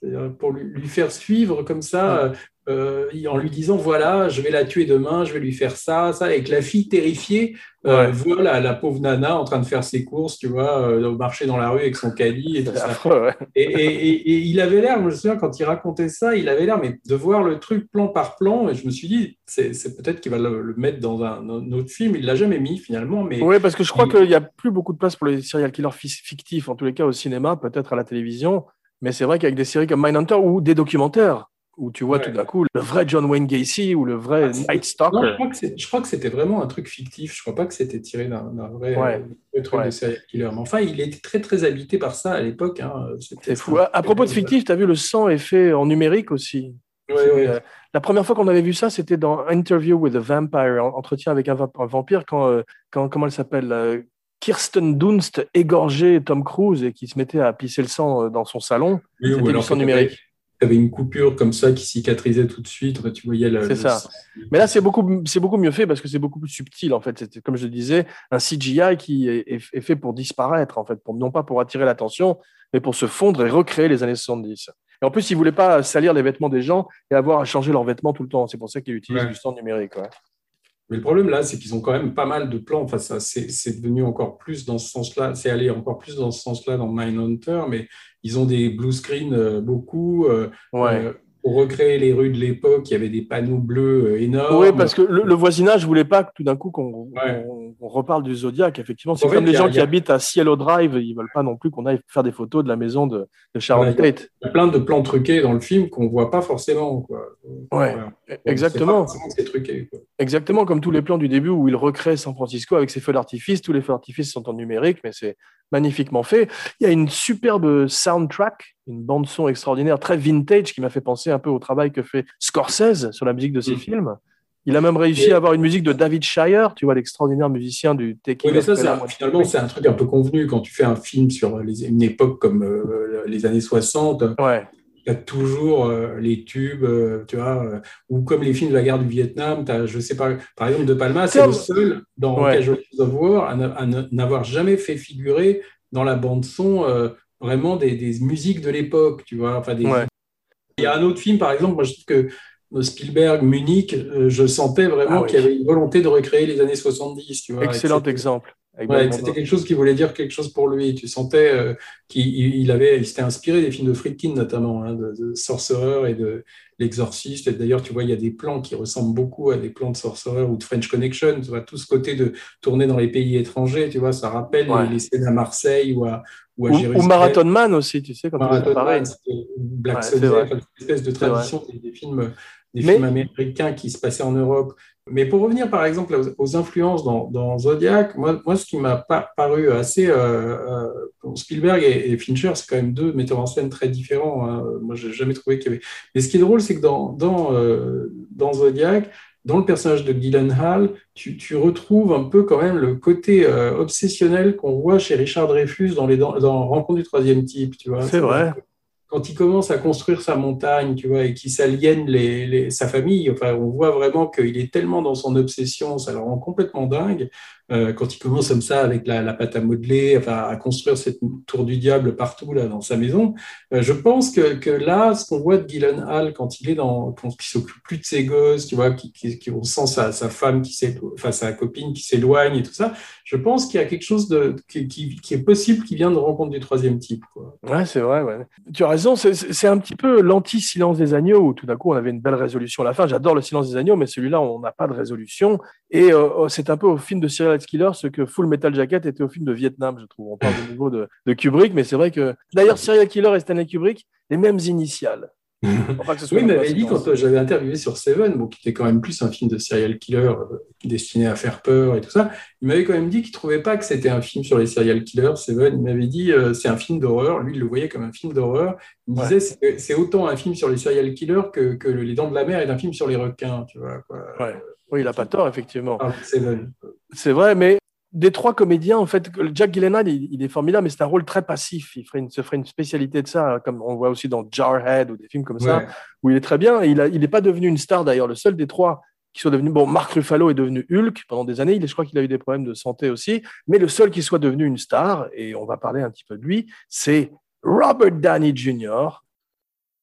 C'est-à-dire pour lui, lui faire suivre comme ça, euh, en lui disant voilà, je vais la tuer demain, je vais lui faire ça, ça, et que la fille terrifiée euh, Ouais. voit la, la pauvre nana en train de faire ses courses, tu vois, euh, marcher dans la rue avec son caddie et tout C'est ça. affreux, ouais. Et, et, et, et il avait l'air, je me souviens, quand il racontait ça, il avait l'air mais de voir le truc plan par plan. Et je me suis dit, c'est, c'est peut-être qu'il va le, le mettre dans un, un autre film. Il l'a jamais mis finalement, mais Oui, parce que je crois il- qu'il n'y a plus beaucoup de place pour les serial killers fi- fictifs, en tous les cas au cinéma, peut-être à la télévision. Mais c'est vrai qu'avec des séries comme Mindhunter ou des documentaires, où tu vois tout ouais. d'un coup le vrai John Wayne Gacy ou le Ah, vrai c'est- Night non, je Stalker. crois que c'est- je crois que c'était vraiment un truc fictif. Je crois pas que c'était tiré d'un d'un vrai, euh, Ouais, vrai truc de ouais, serial killer. Mais enfin, il était très très habité par ça à l'époque, hein. C'était c'est c'était fou. un À, à truc. propos de fictif, tu as vu le sang est fait en numérique aussi. Ouais, C'est, ouais. euh, la première fois qu'on avait vu ça, c'était dans Interview with a Vampire, en- entretien avec un, va- un vampire, quand, euh, quand comment elle s'appelle euh, Kirsten Dunst égorgeait Tom Cruise et qui se mettait à pisser le sang euh, dans son salon. Oui, ou C'était du alors que sang tu avais, numérique. une coupure comme ça qui cicatrisait tout de suite. Enfin, tu voyais le, C'est le ça. sang. Mais là, c'est beaucoup, c'est beaucoup mieux fait parce que c'est beaucoup plus subtil, en fait. C'était, comme je le disais, un C G I qui est, est- est fait pour disparaître, en fait, pour, non pas pour attirer l'attention, mais pour se fondre et recréer les années soixante-dix. Et en plus, ils ne voulaient pas salir les vêtements des gens et avoir à changer leurs vêtements tout le temps. C'est pour ça qu'ils utilisent du Ouais. sang numérique. Ouais. Mais le problème là, c'est qu'ils ont quand même pas mal de plans. Enfin, ça, c'est c'est devenu encore plus dans ce sens-là. C'est allé encore plus dans ce sens-là dans Mindhunter, mais ils ont des blue screens euh, beaucoup. Euh, Ouais. euh, pour recréer les rues de l'époque, il y avait des panneaux bleus euh, Oui, énormes. parce que le, le voisinage ne voulait pas que tout d'un coup qu'on Ouais. qu'on- qu'on reparle du Zodiac. Effectivement, Donc, c'est en comme fait, les il y a, gens il y qui a- habitent à Cielo Drive, ils ne veulent pas non plus qu'on aille faire des photos de la maison de, de Sharon voilà, il y a, Tate. il y a plein de plans truqués dans le film qu'on voit pas forcément, quoi. Ouais, Voilà. On ne sait pas exactement. forcément que c'est truqué, quoi. Exactement comme tous les plans du début où il recrée San Francisco avec ses feux d'artifice. Tous les feux d'artifice sont en numérique, mais c'est magnifiquement fait. Il y a une superbe soundtrack, une bande-son extraordinaire, très vintage, qui m'a fait penser un peu au travail que fait Scorsese sur la musique de ses Mm. films. Il a même réussi à Et, avoir une musique de David Shire, tu vois, l'extraordinaire musicien du oui, Taking mais of ça, c'est Pelham un- One Two finalement, Three. c'est un truc un peu convenu quand tu fais un film sur les- une époque comme euh, les années soixante. Ouais, Tu as toujours euh, les tubes, euh, tu vois, euh, ou comme les films de la guerre du Vietnam, t'as, je sais pas, par exemple, De Palma, c'est le terme, seul dans ouais, Casualties of War à, n'a- à ne- n'avoir jamais fait figurer dans la bande-son euh, vraiment des, des musiques de l'époque, tu vois. Enfin, des... ouais. Il y a un autre film, par exemple, moi je trouve que euh, Spielberg, Munich, euh, je sentais Ah vraiment oui, qu'il y avait une volonté de recréer les années soixante-dix, tu vois, et que excellent c'était exemple avec ouais, que c'était Belmondo. quelque chose qui voulait dire quelque chose pour lui. Tu sentais euh, qu'il il avait, il s'était inspiré des films de Friedkin notamment, hein, de, de Sorcerer et de L'Exorciste. Et d'ailleurs, tu vois, il y a des plans qui ressemblent beaucoup à des plans de Sorcerer ou de French Connection. Tu vois, tout ce côté de tourner dans les pays étrangers, tu vois, ça rappelle les, Ouais. les scènes à Marseille ou à, ou à Ou, ou Jérusalem. Marathon Man aussi, tu sais, quand il était Marathon pareil. Man, c'était Black Ouais, c'est Sunday, vrai, enfin, cette espèce de c'est vrai. tradition des, des films, des films Mais américains qui se passaient en Europe. Mais pour revenir par exemple aux, aux influences dans, dans Zodiac, moi, moi ce qui m'a pa- paru assez euh, euh, pour Spielberg et, et Fincher, c'est quand même deux metteurs en scène très différents, hein. Moi, j'ai jamais trouvé qu'il y avait. Mais ce qui est drôle, c'est que dans dans, euh, dans Zodiac, dans le personnage de Gyllenhaal, tu, tu retrouves un peu quand même le côté euh, obsessionnel qu'on voit chez Richard Dreyfuss dans les dans, dans Rencontre du troisième type, tu vois. c'est C'est-à-dire vrai. quand il commence à construire sa montagne, tu vois, et qu'il s'aliène les, les- sa famille, enfin, on voit vraiment qu'il est tellement dans son obsession, ça le rend complètement dingue. Euh, quand il commence comme ça avec la, la pâte à modeler, enfin, à construire cette tour du diable partout là dans sa maison, euh, je pense que, que là, ce qu'on voit de Gyllenhaal quand il est dans, quand il s'occupe plus de ses gosses, tu vois, qui, qui, qui on sent sa, sa femme qui s'éloigne, enfin sa copine qui s'éloigne et tout ça, je pense qu'il y a quelque chose de, qui, qui, qui est possible qui vient de rencontre du troisième type, quoi. Ouais, c'est vrai. Ouais. Tu as raison. C'est c'est un petit peu l'anti-silence des agneaux où tout d'un coup on avait une belle résolution à la fin. J'adore le silence des agneaux, mais celui-là on n'a pas de résolution. Et euh, c'est un peu au film de serial killer ce que Full Metal Jacket était au film de Vietnam, je trouve. On parle du niveau de, de Kubrick, mais c'est vrai que d'ailleurs serial killer et Stanley Kubrick, les mêmes initiales. Je crois pas que ce soit Oui, il une m'avait dit coïncidence. quand euh, j'avais interviewé sur Seven, bon, qui était quand même plus un film de serial killer euh, destiné à faire peur et tout ça, il m'avait quand même dit qu'il trouvait pas que c'était un film sur les serial killers. Seven, il m'avait dit euh, c'est un film d'horreur. Lui, il le voyait comme un film d'horreur. Il me Ouais, disait c'est c'est autant un film sur les serial killers que, que Les Dents de la Mer est un film sur les requins, tu vois quoi. ouais. Oui, il n'a Quand pas il tort, effectivement. parle de Seven. C'est vrai, mais des trois comédiens, en fait, Jack Gyllenhaal, il, il est formidable, mais c'est un rôle très passif. Il ferait une, se ferait une spécialité de ça, comme on voit aussi dans Jarhead ou des films comme ça, Ouais. où il est très bien. Et il n'est il est pas devenu une star, d'ailleurs. Le seul des trois qui soit devenu... Bon, Mark Ruffalo est devenu Hulk pendant des années. Il, je crois qu'il a eu des problèmes de santé aussi. Mais le seul qui soit devenu une star, et on va parler un petit peu de lui, c'est Robert Downey junior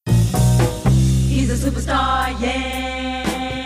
superstar, yeah.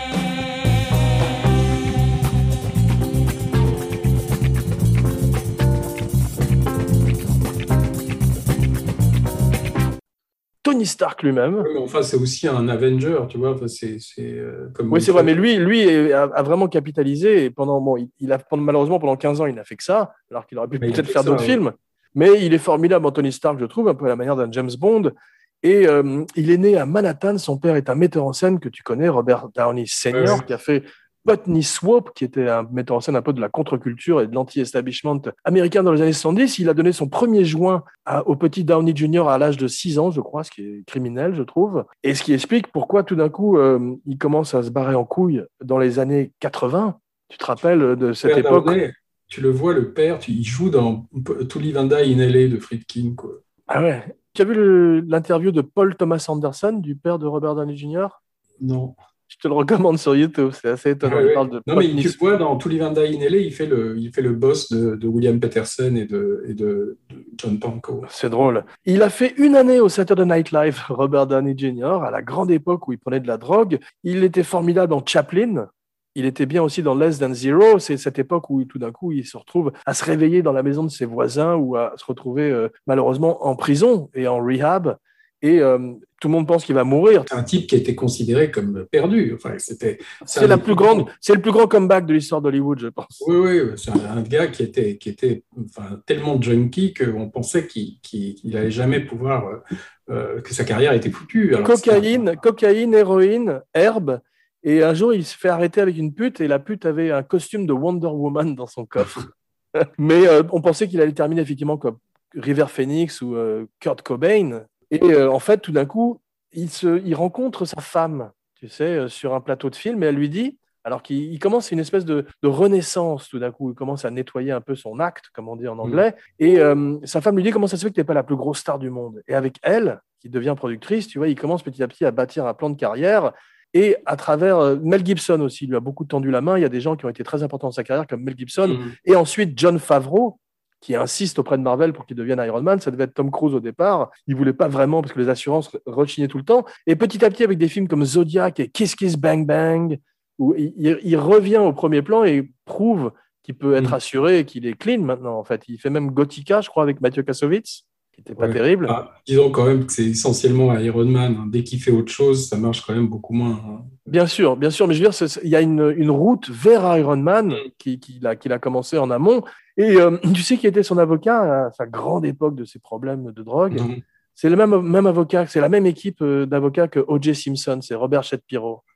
Tony Stark lui-même. Oui, mais enfin, c'est aussi un Avenger, tu vois. Enfin, c'est, c'est, euh, comme oui, c'est vrai, mais lui, lui a, a vraiment capitalisé. Et pendant, bon, il, il a, malheureusement, pendant quinze ans, il n'a fait que ça, alors qu'il aurait pu mais peut-être faire ça, d'autres ouais. films. Mais il est formidable, Tony Stark, je trouve, un peu à la manière d'un James Bond. Et euh, il est né à Manhattan. Son père est un metteur en scène que tu connais, Robert Downey senior, ouais. qui a fait Putney Swope, qui était un metteur en scène un peu de la contre-culture et de l'anti-establishment américain dans les années soixante-dix. Il a donné son premier joint à, au petit Downey junior à l'âge de six ans, je crois, ce qui est criminel, je trouve. Et ce qui explique pourquoi, tout d'un coup, euh, il commence à se barrer en couille dans les années quatre-vingts. Tu te rappelles de cette Père époque Downey, tu le vois, le père, tu, il joue dans To Live and Die in L A de Friedkin, quoi. Ah ouais. Tu as vu le, l'interview de Paul Thomas Anderson, du père de Robert Downey junior? Non. Je te le recommande sur YouTube, c'est assez étonnant. Ouais, il ouais. parle de non, mais tu le vois dans To Live and Die in L A, il fait le, il fait le boss de, de William Peterson et de, et de, de John Pankow. C'est drôle. Il a fait une année au Saturday Night Live, Robert Downey junior, à la grande époque où il prenait de la drogue. Il était formidable en Chaplin. Il était bien aussi dans Less Than Zero. C'est cette époque où tout d'un coup, il se retrouve à se réveiller dans la maison de ses voisins ou à se retrouver euh, malheureusement en prison et en rehab. Et euh, tout le monde pense qu'il va mourir. C'est un type qui a été considéré comme perdu. Enfin, c'était, c'est c'est, la plus grande, c'est le plus grand comeback de l'histoire d'Hollywood, je pense. Oui, oui, c'est un, un gars qui était, qui était enfin, tellement junkie qu'on pensait qu'il n'allait jamais pouvoir, euh, que sa carrière était foutue. Alors, cocaïne, un... cocaïne, héroïne, herbe. Et un jour, il se fait arrêter avec une pute et la pute avait un costume de Wonder Woman dans son coffre. Mais euh, on pensait qu'il allait terminer effectivement comme River Phoenix ou euh, Kurt Cobain. Et euh, en fait, tout d'un coup, il, se, il rencontre sa femme, tu sais, euh, sur un plateau de film, et elle lui dit, alors qu'il il commence une espèce de, de renaissance, tout d'un coup, il commence à nettoyer un peu son acte, comme on dit en anglais, mmh. et euh, sa femme lui dit, comment ça se fait que tu n'es pas la plus grosse star du monde? Et avec elle, qui devient productrice, tu vois, il commence petit à petit à bâtir un plan de carrière, et à travers euh, Mel Gibson aussi, il lui a beaucoup tendu la main, il y a des gens qui ont été très importants dans sa carrière, comme Mel Gibson, mmh. et ensuite Jon Favreau, qui insiste auprès de Marvel pour qu'il devienne Iron Man. Ça devait être Tom Cruise au départ. Il ne voulait pas vraiment parce que les assurances rechignaient tout le temps. Et petit à petit, avec des films comme Zodiac et Kiss Kiss Bang Bang, où il, il revient au premier plan et prouve qu'il peut être mmh. assuré et qu'il est clean maintenant. En fait, il fait même Gothica, je crois, avec Mathieu Kassovitz, qui n'était pas ouais. terrible. Ah, disons quand même que c'est essentiellement Iron Man. Hein. Dès qu'il fait autre chose, ça marche quand même beaucoup moins. Hein. Bien sûr, bien sûr. Mais je veux dire, il y a une, une route vers Iron Man mmh. qui, qui, a, qui a commencé en amont. Et euh, tu sais qui était son avocat à sa grande époque de ses problèmes de drogue? Mmh. C'est le même, même avocat, c'est la même équipe d'avocats que O J Simpson, c'est Robert Shapiro.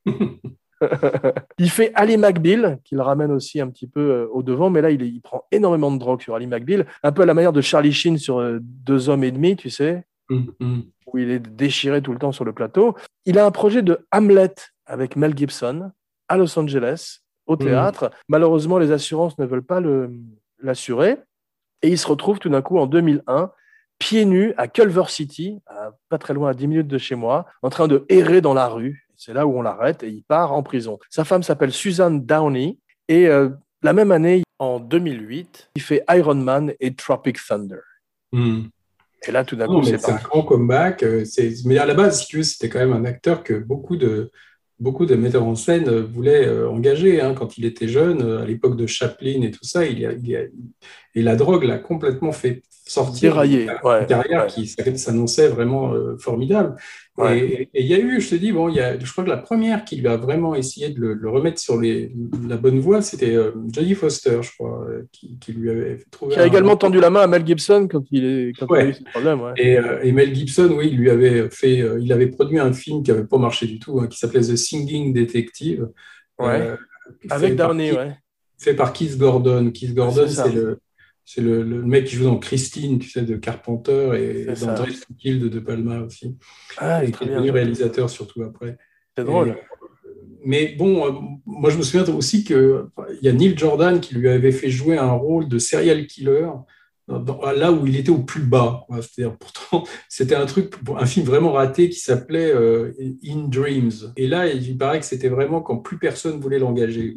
Il fait Ali McBeal, qui le ramène aussi un petit peu au devant, mais là, il, est, il prend énormément de drogue sur Ali McBeal, un peu à la manière de Charlie Sheen sur Deux hommes et demi, tu sais, mmh. où il est déchiré tout le temps sur le plateau. Il a un projet de Hamlet avec Mel Gibson à Los Angeles, au théâtre. Mmh. Malheureusement, les assurances ne veulent pas le... l'assurer, et il se retrouve tout d'un coup en deux mille un, pieds nus à Culver City, à, pas très loin, à dix minutes de chez moi, en train de errer dans la rue. C'est là où on l'arrête et il part en prison. Sa femme s'appelle Susan Downey, et euh, la même année, en deux mille huit, il fait Iron Man et Tropic Thunder. Mm. Et là, tout d'un non, coup, c'est C'est un grand comeback. C'est... Mais à la base, si tu veux, c'était quand même un acteur que beaucoup de... Beaucoup de metteurs en scène voulaient euh, engager hein, quand il était jeune, euh, à l'époque de Chaplin et tout ça. Il y a, il y a, et la drogue l'a complètement fait sortir Déraillé, une, ouais, une carrière ouais. qui s'annonçait vraiment euh, formidable. Ouais. Et, et il y a eu, je te dis, bon, il y a, je crois que la première qui lui a vraiment essayé de le, le remettre sur les, la bonne voie, c'était euh, Jodie Foster, je crois, euh, qui, qui lui avait trouvé. Qui a un... également tendu la main à Mel Gibson quand il, est, quand ouais. il a eu ce problème. Ouais. Et, euh, et Mel Gibson, oui, il lui avait fait, euh, il avait produit un film qui n'avait pas marché du tout, hein, qui s'appelait The Singing Detective. Ouais. Euh, Avec Downey, ouais. Fait par Keith Gordon. Keith Gordon, c'est, c'est le. C'est le, le mec qui joue dans Christine, tu sais, de Carpenter, et c'est dans Dress to Kill de De Palma aussi. Ah, et qui est devenu réalisateur surtout après. C'est drôle. Et, mais bon, euh, moi je me souviens aussi qu'il y a Neil Jordan qui lui avait fait jouer un rôle de serial killer dans, là où il était au plus bas. C'est-à-dire, pourtant, c'était un truc, un film vraiment raté qui s'appelait euh, In Dreams. Et là, il paraît que c'était vraiment quand plus personne voulait l'engager.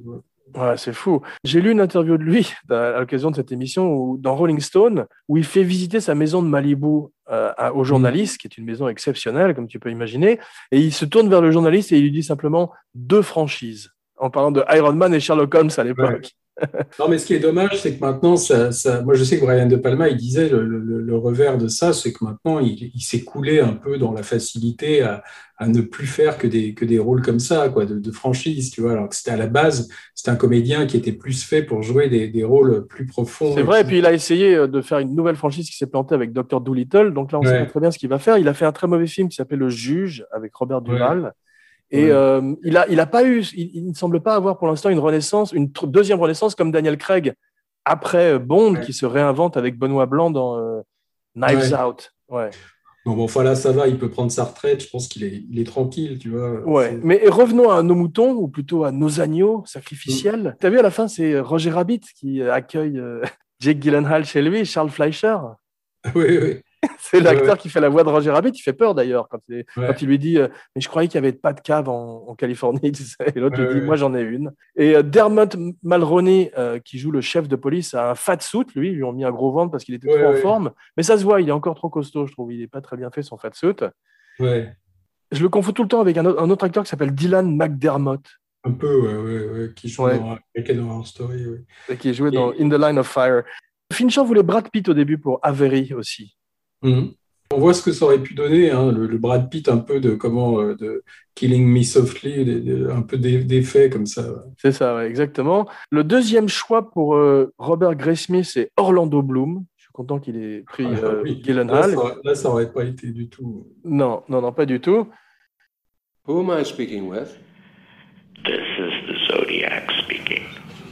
Ouais, c'est fou. J'ai lu une interview de lui à l'occasion de cette émission où, dans Rolling Stone, où il fait visiter sa maison de Malibu euh, à- au Mm. journaliste, qui est une maison exceptionnelle, comme tu peux imaginer. Et il se tourne vers le journaliste et il lui dit simplement deux franchises, en parlant de Iron Man et Sherlock Holmes à Ouais. l'époque. Non, mais ce qui est dommage, c'est que maintenant, ça, ça- moi je sais que Brian De Palma, il disait le, le- le revers de ça, c'est que maintenant, il, il s'est coulé un peu dans la facilité à, à ne plus faire que des, que des rôles comme ça, quoi, de, de franchise, tu vois. Alors que c'était à la base, c'était un comédien qui était plus fait pour jouer des, des rôles plus profonds. C'est Et vrai, et qui, puis il a essayé euh, de faire une nouvelle franchise qui s'est plantée avec docteur Dolittle, donc là on ne sait pas ouais, très bien ce qu'il va faire. Il a fait un très mauvais film qui s'appelle Le Juge avec Robert ouais, Duvall, et ouais, euh, il a, il a pas eu, il, il ne semble pas avoir pour l'instant une renaissance, une tr- deuxième renaissance comme Daniel Craig après euh, Bond ouais, qui se réinvente avec Benoît Blanc dans euh, Knives ouais. Out. Ouais. Bon, bon, enfin là, ça va, il peut prendre sa retraite, je pense qu'il est, il est tranquille, tu vois. Ouais, C'est... mais revenons à nos moutons, ou plutôt à nos agneaux sacrificiels. T'as vu à la fin, c'est Roger Rabbit qui euh, accueille euh, Jake Gyllenhaal chez lui, Charles Fleischer. Oui, oui, C'est ouais, ouais, l'acteur qui fait la voix de Roger Rabbit. Il fait peur d'ailleurs quand, il- quand ouais, il lui dit euh, mais je croyais qu'il n'y avait pas de cave en, en Californie. Tu sais. Et l'autre ouais, lui dit moi ouais. j'en ai une. Et euh, Dermot Mulroney, euh, qui joue le chef de police, a un fat suit. Lui, ils lui ont mis un gros ventre parce qu'il était Ouais, trop en ouais, forme. Mais ça se voit, il est encore trop costaud, je trouve. Il n'est pas très bien fait son fat suit. ouais. Je le confonds tout le temps avec un autre, un autre acteur qui s'appelle Dylan McDermott, Un peu, ouais, ouais, ouais, qui joue ouais, dans American Horror Story, ouais. et qui est joué dans Et, In the Line of Fire. Fincher voulait Brad Pitt au début pour Avery aussi. mhm. On voit ce que ça aurait pu donner, hein, le, le Brad Pitt un peu de comment euh, de Killing Me Softly, des- des- un peu d'e- d'effets comme ça. C'est ça, ouais, exactement. Le deuxième choix pour euh, Robert Graysmith, c'est Orlando Bloom. Je suis content qu'il ait pris Ah, euh, oui, là Gyllenhaal. ça, là, ça aurait pas été du tout. Non, non, non, pas du tout. Who am I speaking with? This is the Zodiac speaking.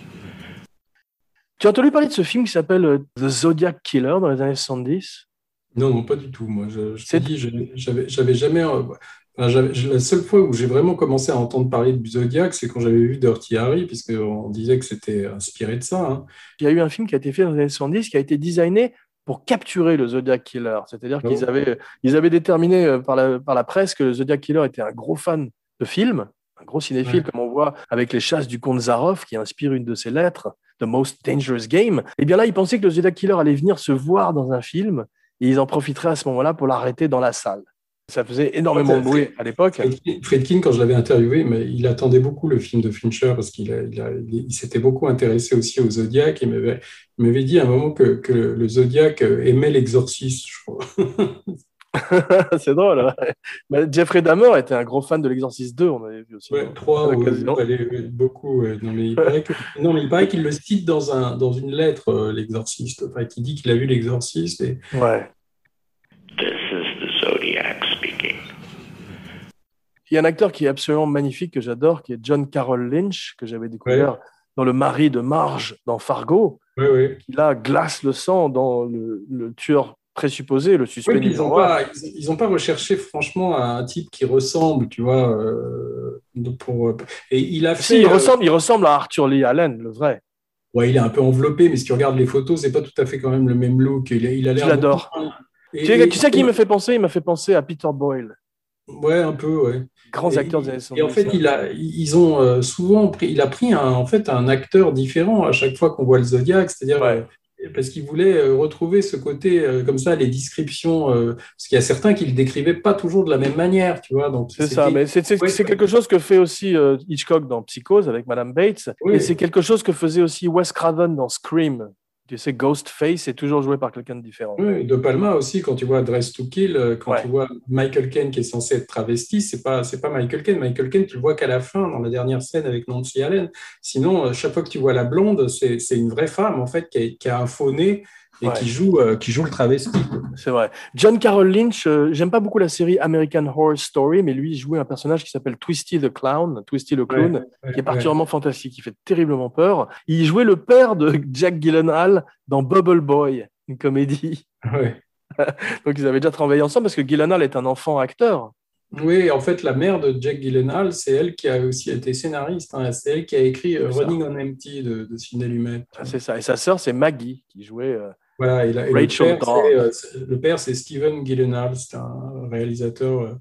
Tu as entendu parler de ce film qui s'appelle euh, The Zodiac Killer dans les années soixante-dix? Non, non, pas du tout. Moi, je, je te C'est dis, j'avais, j'avais j'avais jamais. euh, enfin, j'avais- la seule fois où j'ai vraiment commencé à entendre parler de Zodiac, c'est quand j'avais vu Dirty Harry, puisqu'on disait que c'était inspiré de ça, hein. Il y a eu un film qui a été fait dans les années soixante-dix qui a été designé pour capturer le Zodiac Killer. C'est-à-dire qu'ils Oh. avaient, ils avaient déterminé euh, par la, par la presse que le Zodiac Killer était un gros fan de films, un gros cinéphile, Ouais. comme on voit avec Les Chasses du comte Zaroff, qui inspire une de ses lettres, The Most Dangerous Game. Et bien là, ils pensaient que le Zodiac Killer allait venir se voir dans un film et ils en profiteraient à ce moment-là pour l'arrêter dans la salle. Ça faisait énormément de bruit à l'époque. Friedkin, Friedkin, quand je l'avais interviewé, mais il attendait beaucoup le film de Fincher parce qu'il a- il, a- il- il s'était beaucoup intéressé aussi au Zodiac. Il m'avait, il m'avait dit à un moment que, que le Zodiac aimait l'exorciste, je crois. C'est drôle. Ouais. Mais Jeffrey Dahmer était un gros fan de l'Exorciste deux, on avait vu aussi. Ouais, dans- trois, à ouais, l'occasion. ouais, allez, beaucoup. Ouais. Non, mais il paraît que, non, mais il paraît qu'il le cite dans, un, dans une lettre, euh, l'exorciste. Enfin, qui dit qu'il a vu l'exorciste. Et... Ouais. This is the Zodiac speaking. Il y a un acteur qui est absolument magnifique que j'adore, qui est John Carroll Lynch, que j'avais découvert Ouais. dans Le mari de Marge dans Fargo, Ouais, ouais. qui là glace le sang dans le, le tueur présupposé, le suspect Oui, puis ils n'ont numéro un. pas, ils, ils ont pas recherché franchement un type qui ressemble, tu vois. Euh, pour, et il a fait. Si, il, euh, ressemble, il ressemble à Arthur Lee Allen, le vrai. Ouais, il est un peu enveloppé, mais si tu regardes les photos, c'est pas tout à fait quand même le même look. Il a, il a l'air. Je l'adore. beaucoup- Et- Tu sais, et- tu sais qui il me fait penser? Il m'a fait penser à Peter Boyle, Ouais, un peu, ouais. grands Et, acteurs des années et en soixante-dix. fait, il a, ils ont euh, souvent pris, il a pris un, en fait un acteur différent à chaque fois qu'on voit le Zodiac, c'est-à-dire Ouais. euh, parce qu'il voulait euh, retrouver ce côté euh, comme ça, les descriptions, euh, parce qu'il y a certains qui le décrivaient pas toujours de la même manière, tu vois. Donc C'est ça, c'était- mais c'est c'est- Ouais. c'est quelque chose que fait aussi euh, Hitchcock dans Psychose avec Madame Bates, Oui. et c'est quelque chose que faisait aussi Wes Craven dans Scream. Tu sais, Ghostface est toujours joué par quelqu'un de différent. Oui, De Palma aussi, quand tu vois Dress to Kill, euh, quand Ouais. tu vois Michael Caine qui est censé être travesti, c'est pas, c'est pas Michael Caine. Michael Caine, tu le vois qu'à la fin, dans la dernière scène avec Nancy Allen. Sinon, euh, chaque fois que tu vois la blonde, c'est, c'est une vraie femme, en fait, qui a, qui a un faux nez et Ouais. qui joue, euh, qui joue le travesti. C'est vrai. John Carroll Lynch, euh, j'aime pas beaucoup la série American Horror Story, mais lui, il jouait un personnage qui s'appelle Twisty the Clown, Twisty le clown, Ouais, ouais, qui est particulièrement fantastique, qui fait terriblement peur. Il jouait le père de Jack Gyllenhaal dans Bubble Boy, une comédie. ouais. Donc ils avaient déjà travaillé ensemble parce que Gyllenhaal est un enfant acteur. Oui, en fait, la mère de Jack Gyllenhaal, c'est elle qui a aussi été scénariste, hein. C'est elle qui a écrit euh, C'est ça. Running on Empty de, de Sidney Lumet. Ah, c'est ça. Et sa sœur, c'est Maggie, qui jouait. euh, Voilà, et, la- et le, Rachel père, Dawes. c'est, euh, c'est- le père, c'est Steven Gyllenhaal, c'est un réalisateur euh,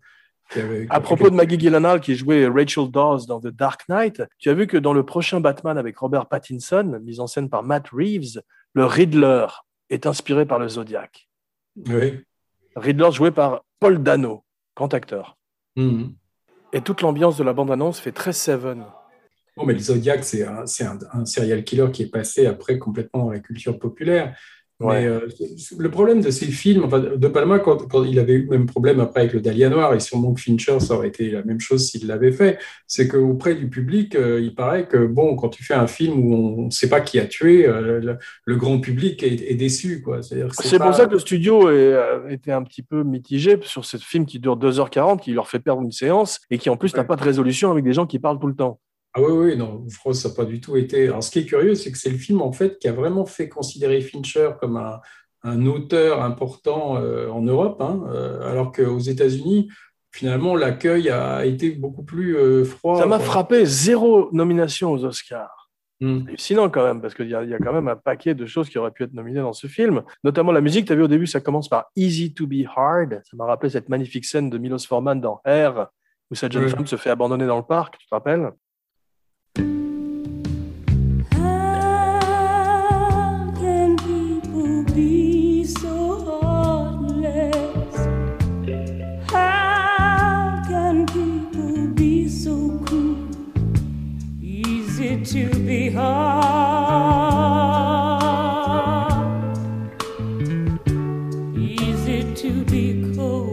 Avait, à propos de Maggie Gyllenhaal qui jouait Rachel Dawes dans The Dark Knight, tu as vu que dans le prochain Batman avec Robert Pattinson, mis en scène par Matt Reeves, le Riddler est inspiré par le Zodiac. Oui. Riddler joué par Paul Dano, grand acteur. Mm-hmm. Et toute l'ambiance de la bande-annonce fait très Seven. Bon, mais le Zodiac, c'est, un, c'est un, un serial killer qui est passé après complètement dans la culture populaire. Ouais. Mais euh, le problème de ces films, enfin, De Palma, quand, quand il avait eu le même problème après avec le Dahlia Noir, et sûrement que Fincher, ça aurait été la même chose s'il l'avait fait, c'est qu'auprès du public, euh, il paraît que bon, quand tu fais un film où on ne sait pas qui a tué, euh, le, le grand public est, est déçu, quoi. C'est-à-dire que c'est C'est pas... pour ça que le studio est, euh, était un petit peu mitigé sur ce film qui dure deux heures quarante, qui leur fait perdre une séance et qui en plus Ouais. n'a pas de résolution avec des gens qui parlent tout le temps. Ah oui, oui, non, je crois que ça n'a pas du tout été... Alors, ce qui est curieux, c'est que c'est le film, en fait, qui a vraiment fait considérer Fincher comme un, un auteur important euh, en Europe, hein, euh, alors qu'aux États-Unis, finalement, l'accueil a été beaucoup plus euh, froid. Ça m'a quoi. frappé, zéro nomination aux Oscars. Mm. C'est hallucinant quand même, parce qu'il y, y a quand même un paquet de choses qui auraient pu être nominées dans ce film. Notamment la musique, tu as vu au début, ça commence par Easy to be hard. Ça m'a rappelé cette magnifique scène de Milos Forman dans Air, où cette jeune Ouais. femme se fait abandonner dans le parc, tu te rappelles? How can people be so heartless? How can people be so cruel? Easy to be hard, easy to be cold.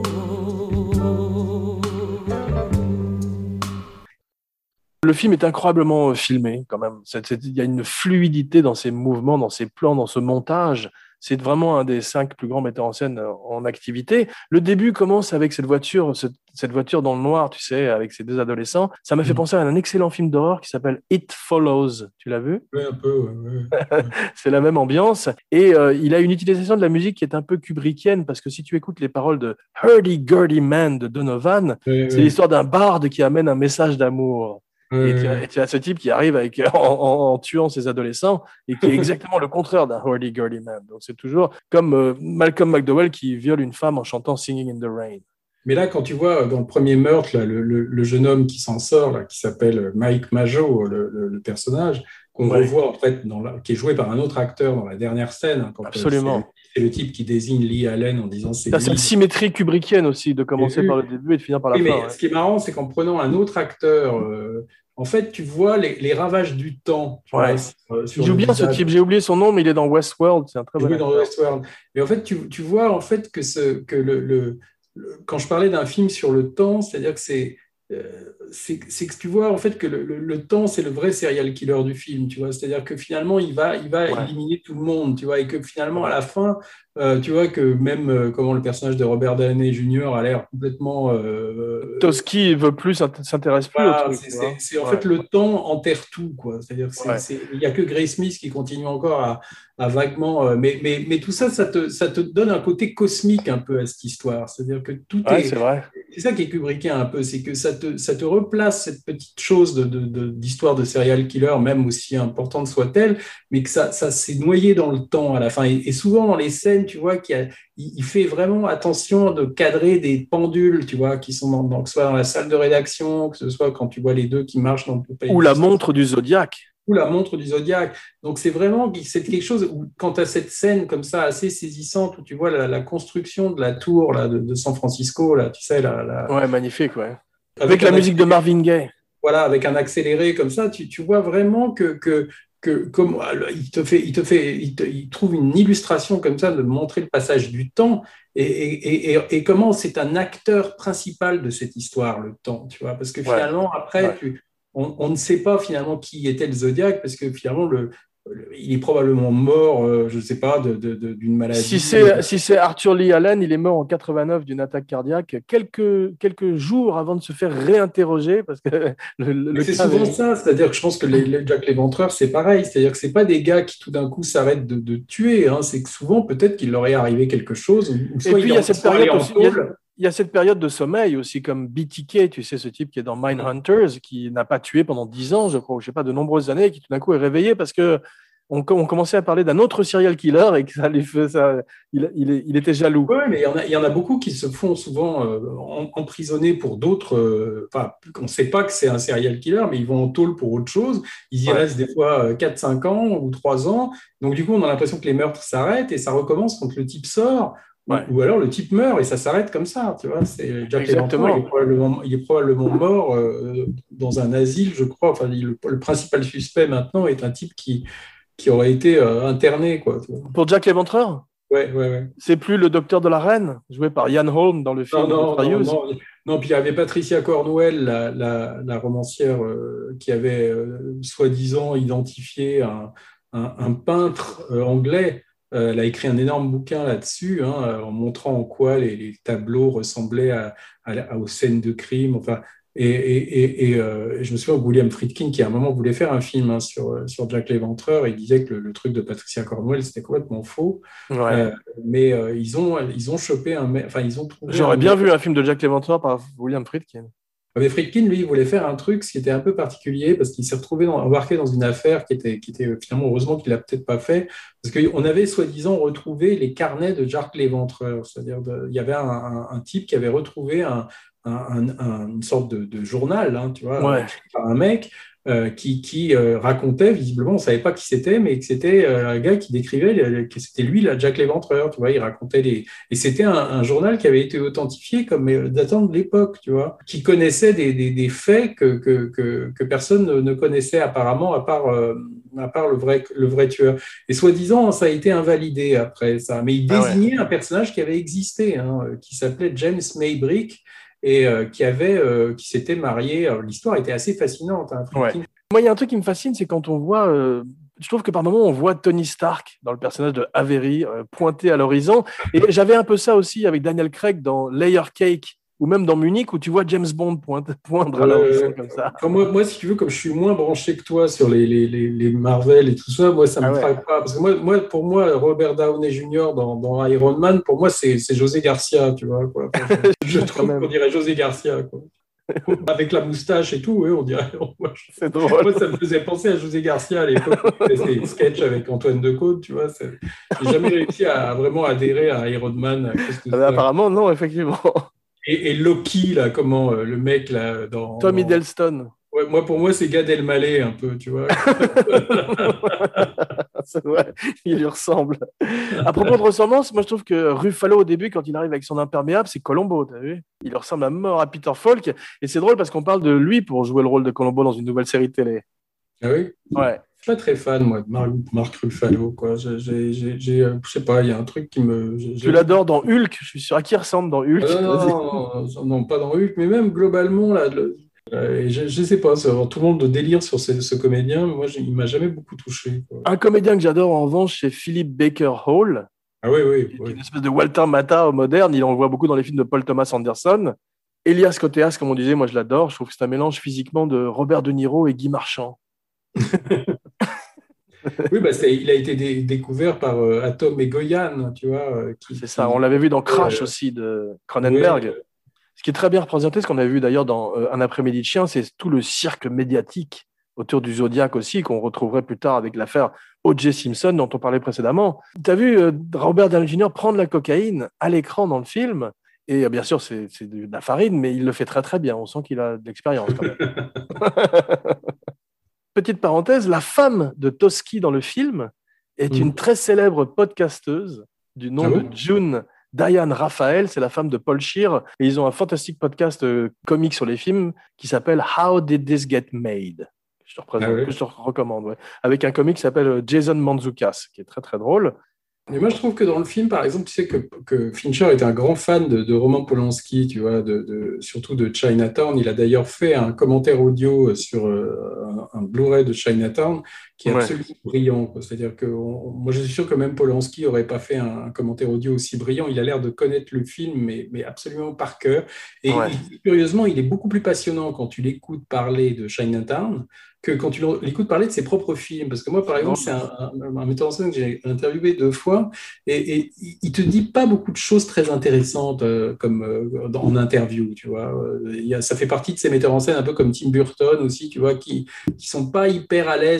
Le film est incroyablement filmé quand même. C'est- c'est- Il y a une fluidité dans ses mouvements, dans ses plans, dans ce montage. C'est vraiment un des cinq plus grands metteurs en scène euh, en activité. Le début commence avec cette voiture, ce- cette voiture dans le noir, tu sais, avec ces deux adolescents. Ça m'a fait Mhm. penser à un excellent film d'horreur qui s'appelle It Follows. Tu l'as vu? Ouais, un peu, ouais, ouais. C'est la même ambiance. Et euh, il a une utilisation de la musique qui est un peu kubrickienne parce que si tu écoutes les paroles de Hurdy-Gurdy Man de Donovan, Ouais, c'est ouais. l'histoire d'un barde qui amène un message d'amour. Ouais, Et tu, as, ouais. et tu as ce type qui arrive avec, en, en- en tuant ses adolescents et qui est exactement le contraire d'un hurdy-gurdy man. Donc c'est toujours comme euh, Malcolm McDowell qui viole une femme en chantant Singing in the Rain. Mais là, quand tu vois dans le premier meurtre, là, le, le, le jeune homme qui s'en sort, là, qui s'appelle Mike Majo, le, le, le personnage, qu'on Ouais. revoit en fait, dans la, qui est joué par un autre acteur dans la dernière scène, hein, quand, euh, Absolument. c'est, c'est le type qui désigne Lee Allen en disant c'est Tu as cette Lee. symétrie kubrickienne aussi de commencer vu. par le début et de finir par la Oui, mais fin. Ouais. ce qui est marrant, c'est qu'en prenant un autre acteur, euh, en fait, tu vois les, les ravages du temps. Tu Ouais. vois, sur, sur Il joue le bien ce visage. type. J'ai oublié son nom, mais il est dans Westworld. C'est un très Il bon jouait dans acteur. Westworld. Mais en fait, tu, tu vois en fait que, ce, que le, le, le- quand je parlais d'un film sur le temps, c'est-à-dire que c'est, euh, c'est, c'est que tu vois en fait que le, le, le temps, c'est le vrai serial killer du film. Tu vois, c'est-à-dire que finalement, il va, il va Ouais. éliminer tout le monde. Tu vois, et que finalement, à la fin, euh, tu vois que même euh, comment le personnage de Robert Downey junior a l'air complètement euh, Toski veut plus s'int- s'intéresse plus voilà, au truc. c'est, tu vois. c'est, c'est en Ouais. fait le temps enterre tout, quoi. C'est-à-dire que c'est, Ouais. c'est, il n'y a que Grace Smith qui continue encore à, à vaguement. euh, mais, mais, mais tout ça, ça te, ça te donne un côté cosmique un peu à cette histoire. C'est-à-dire que tout Ouais, est. c'est vrai. C'est ça qui est kubrickien un peu, c'est que ça te, ça te replace cette petite chose de, de, de- d'histoire de serial killer, même aussi importante soit-elle, mais que ça, ça s'est noyé dans le temps à la fin. Et, et souvent dans les scènes, tu vois, qu'il y a, il, il fait vraiment attention de cadrer des pendules, tu vois, qui sont dans, dans- que ce soit dans la salle de rédaction, que ce soit quand tu vois les deux qui marchent dans le palais Ou de la justice, montre du Zodiac. ou la montre du Zodiac. Donc c'est vraiment c'est quelque chose où quand tu as cette scène comme ça assez saisissante où tu vois la, la construction de la tour là, de, de San Francisco, là, tu sais, la, la- Ouais, magnifique, ouais. Avec la un musique de Marvin Gaye. voilà, avec un accéléré comme ça, tu, tu vois vraiment que, que, que comme, il te fait, il te fait, il, te, il trouve une illustration comme ça de montrer le passage du temps et, et, et, et comment c'est un acteur principal de cette histoire, le temps, tu vois, parce que finalement, ouais. après, ouais. tu, on, on ne sait pas finalement qui était le Zodiac, parce que finalement, le, le, il est probablement mort, euh, je ne sais pas, de, de, de, d'une maladie. Si c'est, si c'est Arthur Lee Allen, il est mort en quatre-vingt-neuf d'une attaque cardiaque, quelques, quelques jours avant de se faire réinterroger. Parce que le, le c'est souvent est... ça, c'est-à-dire que je pense que les, les Jack l'Éventreur, c'est pareil, c'est-à-dire que ce n'est pas des gars qui tout d'un coup s'arrêtent de, de tuer, hein. C'est que souvent peut-être qu'il leur est arrivé quelque chose. Ou soit Et puis il y a cette période aussi, il y, a, tôle. il y a cette période de sommeil aussi, comme B T K, tu sais, ce type qui est dans Mindhunters, qui n'a pas tué pendant dix ans, je crois, ou je sais pas, de nombreuses années, et qui tout d'un coup est réveillé parce que on, on commençait à parler d'un autre serial killer et que ça lui fait ça, il, il, il était jaloux. Oui, mais il y, en a, il y en a beaucoup qui se font souvent euh, emprisonner pour d'autres. Euh, enfin, on ne sait pas que c'est un serial killer, mais ils vont en tôle pour autre chose. Ils y Ouais. restent des fois quatre cinq ans ou trois ans. Donc, du coup, on a l'impression que les meurtres s'arrêtent et ça recommence quand le type sort. Ouais. Ou, ou alors le type meurt et ça s'arrête comme ça. Tu vois, c'est Jack Exactement. Léventreur, il est probablement, il est probablement mort euh, dans un asile, je crois. Enfin, il, le, le principal suspect maintenant est un type qui, qui aurait été euh, interné, quoi. Tu vois. Pour Jack l'Éventreur, Ouais, ouais, ouais. c'est plus le docteur de la reine, joué par Ian Holm dans le film Non, non, non, Betrayers. non, non. Puis il y avait Patricia Cornwell, la, la, la romancière euh, qui avait euh, soi-disant identifié un, un, un peintre euh, anglais. Euh, elle a écrit un énorme bouquin là-dessus, hein, en montrant en quoi les, les tableaux ressemblaient à, à, à, aux scènes de crime. Enfin, et, et, et, et euh, je me souviens que William Friedkin, qui à un moment voulait faire un film hein, sur, sur Jack l'Éventreur, il disait que le, le truc de Patricia Cornwell, c'était complètement faux. Ouais. Euh, mais euh, ils, ont, ils ont chopé un mec, enfin, ils ont trouvé. J'aurais bien vu un film de Jack l'Éventreur par William Friedkin. Mais Friedkin, lui, il voulait faire un truc, ce qui était un peu particulier, parce qu'il s'est retrouvé dans, embarqué dans une affaire qui était, qui était finalement, heureusement qu'il l'a peut-être pas fait, parce qu'on avait soi-disant retrouvé les carnets de Jack l'Éventreur. C'est-à-dire, de, il y avait un, un, un type qui avait retrouvé un, un, un, une sorte de, de journal, hein, tu vois, Ouais. écrit par un mec. Euh, qui, qui euh, racontait, visiblement, on ne savait pas qui c'était, mais que c'était euh, un gars qui décrivait euh, que c'était lui, là, Jack l'Éventreur, tu vois, il racontait les... Et c'était un, un journal qui avait été authentifié comme euh, datant de l'époque, tu vois, qui connaissait des, des, des faits que, que, que, que personne ne, ne connaissait apparemment, à part, euh, à part le, vrai, le vrai tueur. Et soi-disant, ça a été invalidé après ça, mais il désignait ah ouais. un personnage qui avait existé, hein, qui s'appelait James Maybrick, et euh, qui avait, euh, qui s'était marié. Alors, l'histoire était assez fascinante. Hein, ouais. Moi, il y a un truc qui me fascine, c'est quand on voit. Euh, je trouve que par moments, on voit Tony Stark dans le personnage de Avery euh, pointé à l'horizon. Et j'avais un peu ça aussi avec Daniel Craig dans Layer Cake ou même dans Munich où tu vois James Bond pointe, poindre à l'horizon euh, comme ça. Enfin, moi, moi, si tu veux, comme je suis moins branché que toi sur les, les, les, les Marvel et tout ça, moi, ça me ah ouais. frappe pas. Parce que moi, moi, pour moi, Robert Downey junior dans, dans Iron Man, pour moi, c'est, c'est José Garcia, tu vois. Quoi. Enfin, je, je trouve qu'on dirait José Garcia, quoi. Avec la moustache et tout, oui, on dirait. Moi, je, c'est drôle. Moi, ça me faisait penser à José Garcia à l'époque. C'était des sketchs avec Antoine Decaude, tu vois. C'est... J'ai jamais réussi à vraiment adhérer à Iron Man. À ah ben, apparemment, non, effectivement. Et, et Loki, là, comment euh, le mec là dans. Tom dans... Hiddleston. Ouais, moi, pour moi, c'est Gad Elmaleh un peu, tu vois. C'est vrai, il lui ressemble. À propos de ressemblance, moi je trouve que Ruffalo au début, quand il arrive avec son imperméable, c'est Columbo, t'as vu ? Il lui ressemble à mort à Peter Falk, et c'est drôle parce qu'on parle de lui pour jouer le rôle de Columbo dans une nouvelle série de télé. Ah oui ? Ouais. Je suis pas très fan, moi, de Marc, Marc Ruffalo, quoi. J'ai, j'ai, j'ai, j'ai, je sais pas, il y a un truc qui me... J'ai, tu l'adores dans Hulk, je suis sûr. À qui il ressemble dans Hulk ? ah, non, non, non, non, pas dans Hulk, mais même globalement, là... Le... Euh, je, je sais pas, tout le monde de délire sur ce, ce comédien, mais moi, il m'a jamais beaucoup touché. Quoi. Un comédien que j'adore en revanche, c'est Philip Baker Hall. Ah oui, oui. Qui oui. est une espèce de Walter Matthau moderne. Il en voit beaucoup dans les films de Paul Thomas Anderson. Elias Koteas, comme on disait, moi je l'adore. Je trouve que c'est un mélange physiquement de Robert De Niro et Guy Marchand. Oui, bah c'est, il a été dé- découvert par euh, Atom et Goyan, tu vois. Euh, qui, c'est ça, on l'avait vu dans Crash euh, aussi de Cronenberg. Oui. Ce qui est très bien représenté, ce qu'on a vu d'ailleurs dans euh, Un après-midi de chien, c'est tout le cirque médiatique autour du Zodiac aussi, qu'on retrouverait plus tard avec l'affaire O J Simpson dont on parlait précédemment. Tu as vu euh, Robert Downey junior prendre la cocaïne à l'écran dans le film, et euh, bien sûr c'est, c'est de la farine, mais il le fait très très bien, on sent qu'il a de l'expérience quand même. Petite parenthèse, la femme de Toschi dans le film est mmh. une très célèbre podcasteuse du nom ah bon de June Diane Raphael, c'est la femme de Paul Scheer, et ils ont un fantastique podcast euh, comique sur les films qui s'appelle How Did This Get Made ? Je te, représente, ah oui. je te recommande, ouais. Avec un comique qui s'appelle Jason Mantzoukas, qui est très très drôle. Mais moi, je trouve que dans le film, par exemple, tu sais que, que Fincher est un grand fan de, de Roman Polanski, tu vois, de, de, surtout de Chinatown. Il a d'ailleurs fait un commentaire audio sur euh, un, un Blu-ray de Chinatown qui est ouais. absolument brillant. Quoi. C'est-à-dire que on, moi, je suis sûr que même Polanski n'aurait pas fait un, un commentaire audio aussi brillant. Il a l'air de connaître le film, mais, mais absolument par cœur. Et ouais. il, curieusement, il est beaucoup plus passionnant quand tu l'écoutes parler de Chinatown que quand tu l'écoutes parler de ses propres films. Parce que moi, par exemple, c'est un, un, un metteur en scène que j'ai interviewé deux fois, et, et il te dit pas beaucoup de choses très intéressantes euh, comme euh, en interview, tu vois. Il y a, ça fait partie de ces metteurs en scène, un peu comme Tim Burton aussi, tu vois, qui qui sont pas hyper à l'aise. Ou alors,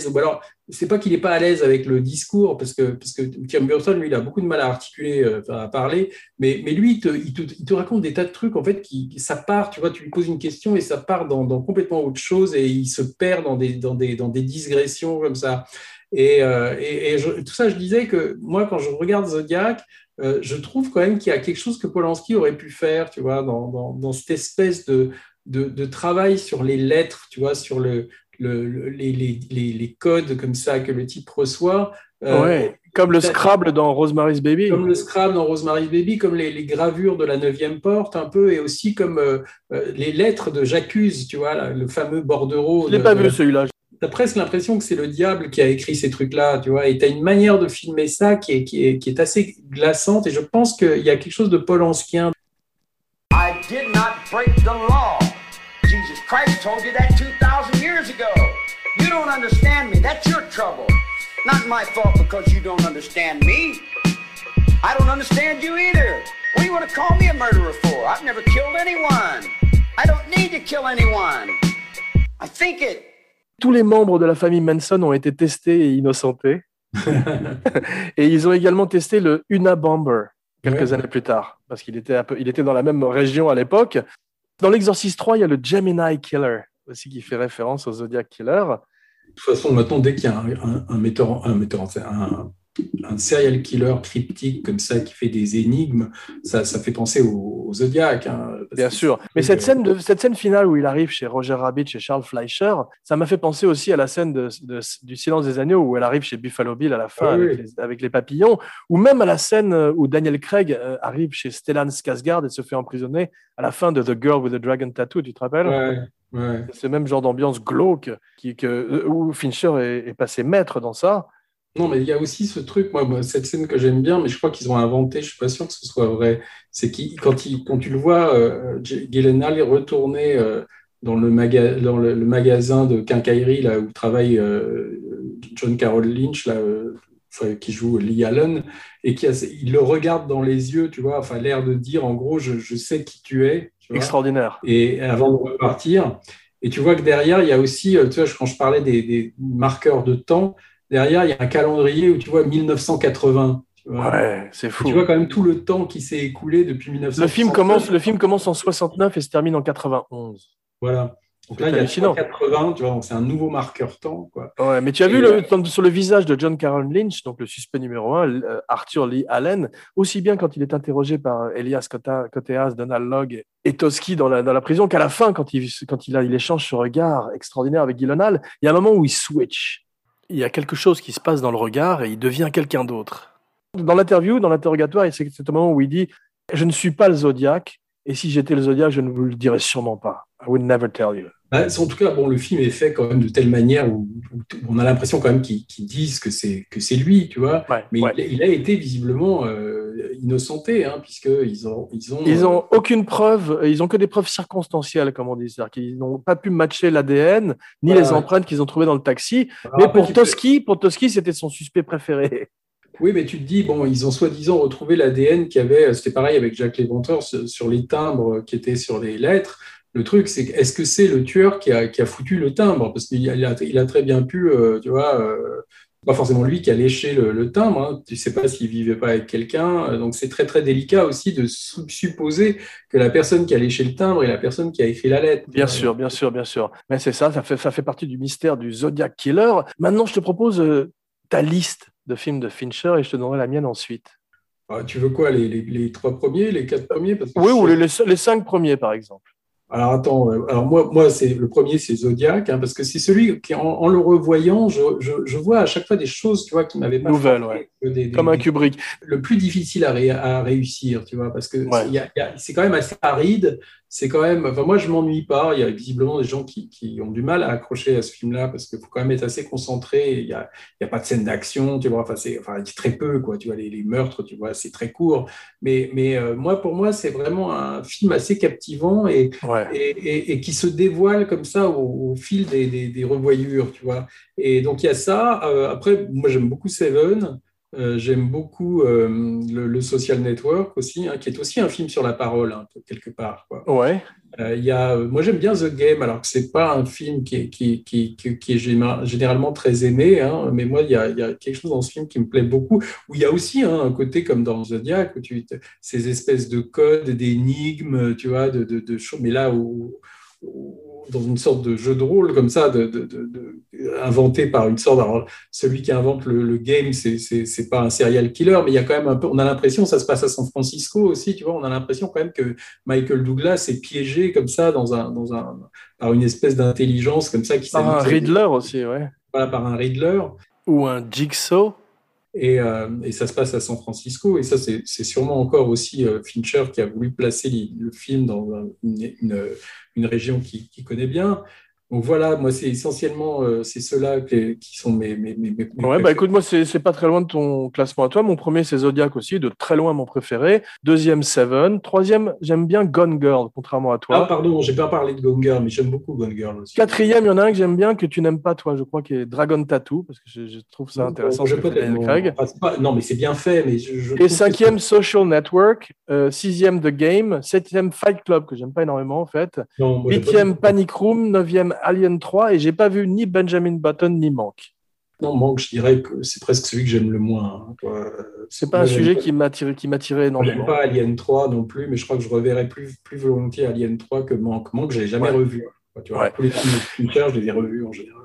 c'est pas qu'il n'est pas à l'aise avec le discours, parce que, parce que Tim Burton, lui, il a beaucoup de mal à articuler, euh, à parler, mais, mais lui, il te, il, te, il te raconte des tas de trucs, en fait, qui, ça part, tu vois, tu lui poses une question et ça part dans, dans complètement autre chose et il se perd dans des, dans des, dans des digressions comme ça. Et, euh, et, et je, tout ça, je disais que moi, quand je regarde Zodiac, euh, je trouve quand même qu'il y a quelque chose que Polanski aurait pu faire, tu vois, dans, dans, dans cette espèce de, de, de travail sur les lettres, tu vois, sur le Le, le, les, les, les codes comme ça que le type reçoit. Euh, ouais, comme le Scrabble dans Rosemary's Baby. Comme le Scrabble dans Rosemary's Baby, comme les, les gravures de la neuvième porte un peu, et aussi comme euh, les lettres de J'accuse, tu vois, là, le fameux bordereau. Je ne l'ai pas vu celui-là. Tu as presque l'impression que c'est le diable qui a écrit ces trucs-là, tu vois, et tu as une manière de filmer ça qui est, qui est, qui est assez glaçante, et je pense qu'il y a quelque chose de polanskien. I did not break the law. Jesus Christ told you that two thousand years ago. You don't understand me. That's your trouble. Not my fault because you don't understand me. I don't understand you either. What do you want to call me a murderer for? I've never killed anyone. I don't need to kill anyone. I think it. Tous les membres de la famille Manson ont été testés et innocentés. Et ils ont également testé le Unabomber quelques ouais. années plus tard, parce qu'il était, un peu, il était dans la même région à l'époque. Dans l'Exorciste trois, il y a le Gemini Killer, aussi qui fait référence au Zodiac Killer. De toute façon, maintenant, dès qu'il y a un, un, un metteur, un, metteur un, un serial killer cryptique comme ça qui fait des énigmes, ça, ça fait penser au, au Zodiac. Hein, Bien sûr. Mais cette, euh... scène de, cette scène finale où il arrive chez Roger Rabbit, chez Charles Fleischer, ça m'a fait penser aussi à la scène de, de, du Silence des Agneaux où elle arrive chez Buffalo Bill à la fin ah, avec, oui. les, avec les papillons, ou même à la scène où Daniel Craig arrive chez Stellan Skarsgård et se fait emprisonner à la fin de The Girl with the Dragon Tattoo, tu te rappelles ? Ouais. Ouais. C'est ce même genre d'ambiance glauque qui, que, où Fincher est, est passé maître dans ça. Non, mais il y a aussi ce truc, moi, moi, cette scène que j'aime bien, mais je crois qu'ils ont inventé, je ne suis pas sûr que ce soit vrai, c'est qu'il, quand, il, quand tu le vois, euh, Gyllenhaal est retourné euh, dans, le, maga- dans le, le magasin de quincaillerie là, où travaille euh, John Carroll Lynch, là, euh, qui joue Lee Allen, et qui a, il le regarde dans les yeux, tu vois, enfin, l'air de dire, en gros, je, je sais qui tu es. Tu vois, extraordinaire. Et avant de repartir, et tu vois que derrière, il y a aussi, tu vois, quand je parlais des, des marqueurs de temps, derrière, il y a un calendrier où tu vois mille neuf cent quatre-vingts. Tu vois. Ouais, c'est fou. Et tu vois quand même tout le temps qui s'est écoulé depuis mille neuf cent soixante-neuf. Le film commence, le film commence en soixante-neuf et se termine en quatre-vingt-onze. Voilà. Donc là, il y a quatre-vingts, tu vois, donc c'est un nouveau marqueur temps, quoi. Ouais, mais tu as et vu le, euh... sur le visage de John Carroll Lynch, donc le suspect numéro un, Arthur Lee Allen, aussi bien quand il est interrogé par Elias Koteas, Donald Logue et Toschi dans la, dans la prison, qu'à la fin, quand il, quand il, a, il échange ce regard extraordinaire avec Gyllenhaal, il y a un moment où il switch. Il y a quelque chose qui se passe dans le regard et il devient quelqu'un d'autre. Dans l'interview, dans l'interrogatoire, c'est, c'est au moment où il dit « Je ne suis pas le Zodiac, et si j'étais le Zodiac, je ne vous le dirais sûrement pas. I would never tell you. » Bah, en tout cas, bon, le film est fait quand même de telle manière où, où on a l'impression quand même qu'ils, qu'ils disent que c'est, que c'est lui, tu vois. Ouais, mais ouais. Il, il a été visiblement euh, innocenté, hein, puisqu'ils ont... Ils ont, ils ont euh... aucune preuve, ils ont que des preuves circonstancielles, comme on dit. C'est-à-dire qu'ils n'ont pas pu matcher l'A D N, ni voilà, les empreintes qu'ils ont trouvées dans le taxi. Alors, mais pour Toschi, peux... pour Toschi, c'était son suspect préféré. Oui, mais tu te dis, bon, ils ont soi-disant retrouvé l'A D N qu'il y avait, c'était pareil avec Jacques Léventreur, sur les timbres qui étaient sur les lettres. Le truc, c'est est-ce que c'est le tueur qui a, qui a foutu le timbre ? Parce qu'il a, il a très bien pu, euh, tu vois, euh, pas forcément lui qui a léché le, le timbre, hein. Tu ne sais pas s'il ne vivait pas avec quelqu'un. Donc, c'est très, très délicat aussi de supposer que la personne qui a léché le timbre est la personne qui a écrit la lettre. Bien sûr, bien sûr, bien sûr. Mais c'est ça, ça fait, ça fait partie du mystère du Zodiac Killer. Maintenant, je te propose euh, ta liste de films de Fincher et je te donnerai la mienne ensuite. Ah, tu veux quoi, les, les, les trois premiers, les quatre premiers ? Parce que oui, ou les, les, les cinq premiers, par exemple. Alors attends, alors moi, moi c'est, le premier c'est Zodiac, hein, parce que c'est celui qui, en, en le revoyant, je, je, je vois à chaque fois des choses, tu vois, qui m'avaient pas nouvelles, ouais. Des, des, comme un Kubrick. Le plus difficile à, ré, à réussir, tu vois, parce que ouais. y a, y a, c'est quand même assez aride. C'est quand même, enfin moi je m'ennuie pas. Il y a visiblement des gens qui, qui ont du mal à accrocher à ce film-là parce qu'il faut quand même être assez concentré. Il y a, il y a pas de scène d'action, tu vois. Enfin c'est, enfin très peu quoi. Tu vois les, les meurtres, tu vois, c'est très court. Mais, mais euh, moi pour moi c'est vraiment un film assez captivant et ouais. et, et, et qui se dévoile comme ça au, au fil des, des, des revoyures, tu vois. Et donc il y a ça. Euh, après moi j'aime beaucoup Seven. Euh, j'aime beaucoup euh, le, le Social Network aussi, hein, qui est aussi un film sur la parole, hein, quelque part, quoi. Ouais. Euh, il y a, moi, j'aime bien The Game, alors que c'est pas un film qui est, qui, qui, qui, qui est généralement très aimé, hein, mais moi, il y, a, il y a quelque chose dans ce film qui me plaît beaucoup, où il y a aussi hein, un côté comme dans Zodiac, où tu, ces espèces de codes, d'énigmes, tu vois, de, de, de choses, mais là où, où dans une sorte de jeu de rôle comme ça, de, de, de, de, inventé par une sorte. Alors, celui qui invente le, le game, c'est, c'est, c'est pas un serial killer, mais il y a quand même un peu. On a l'impression, ça se passe à San Francisco aussi, tu vois. On a l'impression quand même que Michael Douglas est piégé comme ça dans un, dans un, par une espèce d'intelligence comme ça qui Par un Riddler aussi, ouais. Voilà, par un Riddler. Ou un Jigsaw. Et, euh, et ça se passe à San Francisco. Et ça, c'est, c'est sûrement encore aussi euh, Fincher qui a voulu placer li, le film dans un, une, une, une région qu'il qui connaît bien. Donc voilà, moi, c'est essentiellement euh, c'est ceux-là qui, qui sont mes, mes, mes, mes Ouais, bah écoute, moi, c'est, c'est pas très loin de ton classement à toi. Mon premier, c'est Zodiac aussi, de très loin mon préféré. Deuxième, Seven. Troisième, j'aime bien Gone Girl, contrairement à toi. Ah, pardon, j'ai pas parlé de Gone Girl, mais j'aime beaucoup Gone Girl aussi. Quatrième, il y en a un que j'aime bien, que tu n'aimes pas, toi, je crois, qui est Dragon Tattoo, parce que je, je trouve ça intéressant. Bon, je ce que fait Daniel Craig. Pas, non, mais c'est bien fait. Mais je, je Et cinquième, Social Network. Euh, sixième, The Game. Septième, Fight Club, que j'aime pas énormément, en fait. Non, moi, Huitième, Panic Room. Neuvième, Alien trois. Et j'ai pas vu ni Benjamin Button, ni Manque. Non, Manque, je dirais que c'est presque celui que j'aime le moins. Hein, quoi. C'est pas moi, un sujet pas... qui m'attirait, qui m'attirait énormément. J'aime pas Alien trois non plus, mais je crois que je reverrai plus, plus volontiers Alien trois que Manque. Manque, je l'ai jamais ouais. revu. Quoi, tu vois, ouais. Tous les films de Fincher, je les ai revus en général.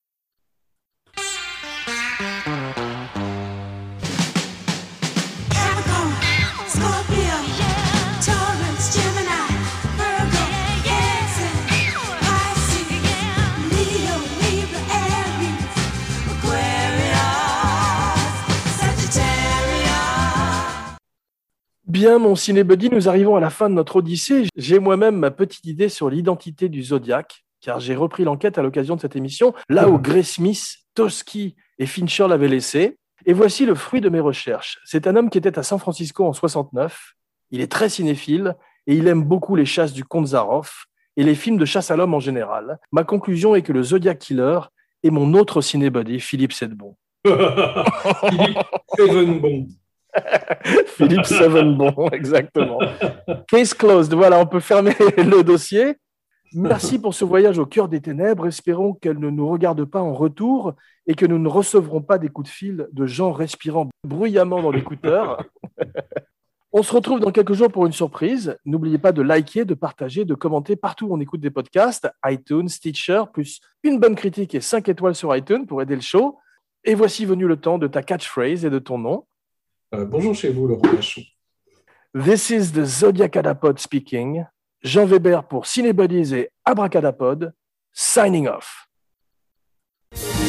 Bien, mon cinébuddy, nous arrivons à la fin de notre odyssée. J'ai moi-même ma petite idée sur l'identité du Zodiac, car j'ai repris l'enquête à l'occasion de cette émission, là où Gray Smith, Toschi et Fincher l'avaient laissé. Et voici le fruit de mes recherches. C'est un homme qui était à San Francisco en soixante-neuf. Il est très cinéphile et il aime beaucoup les chasses du comte Zaroff et les films de chasse à l'homme en général. Ma conclusion est que le Zodiac Killer est mon autre cinébuddy, Philippe Sedbon. Philippe Sedbon. Philippe Sevenbon, exactement. Case closed. Voilà, on peut fermer le dossier. Merci pour ce voyage au cœur des ténèbres. Espérons qu'elle ne nous regarde pas en retour et que nous ne recevrons pas des coups de fil de gens respirant bruyamment dans l'écouteur. On se retrouve dans quelques jours pour une surprise. N'oubliez pas de liker, de partager, de commenter partout où on écoute des podcasts, iTunes, Stitcher, plus une bonne critique et cinq étoiles sur iTunes pour aider le show. Et voici venu le temps de ta catchphrase et de ton nom. Euh, bonjour chez vous, Laurent Lachaud. This is the Zodiacadapod speaking. Jean Weber pour Cinébuddies et Abracadapod, signing off.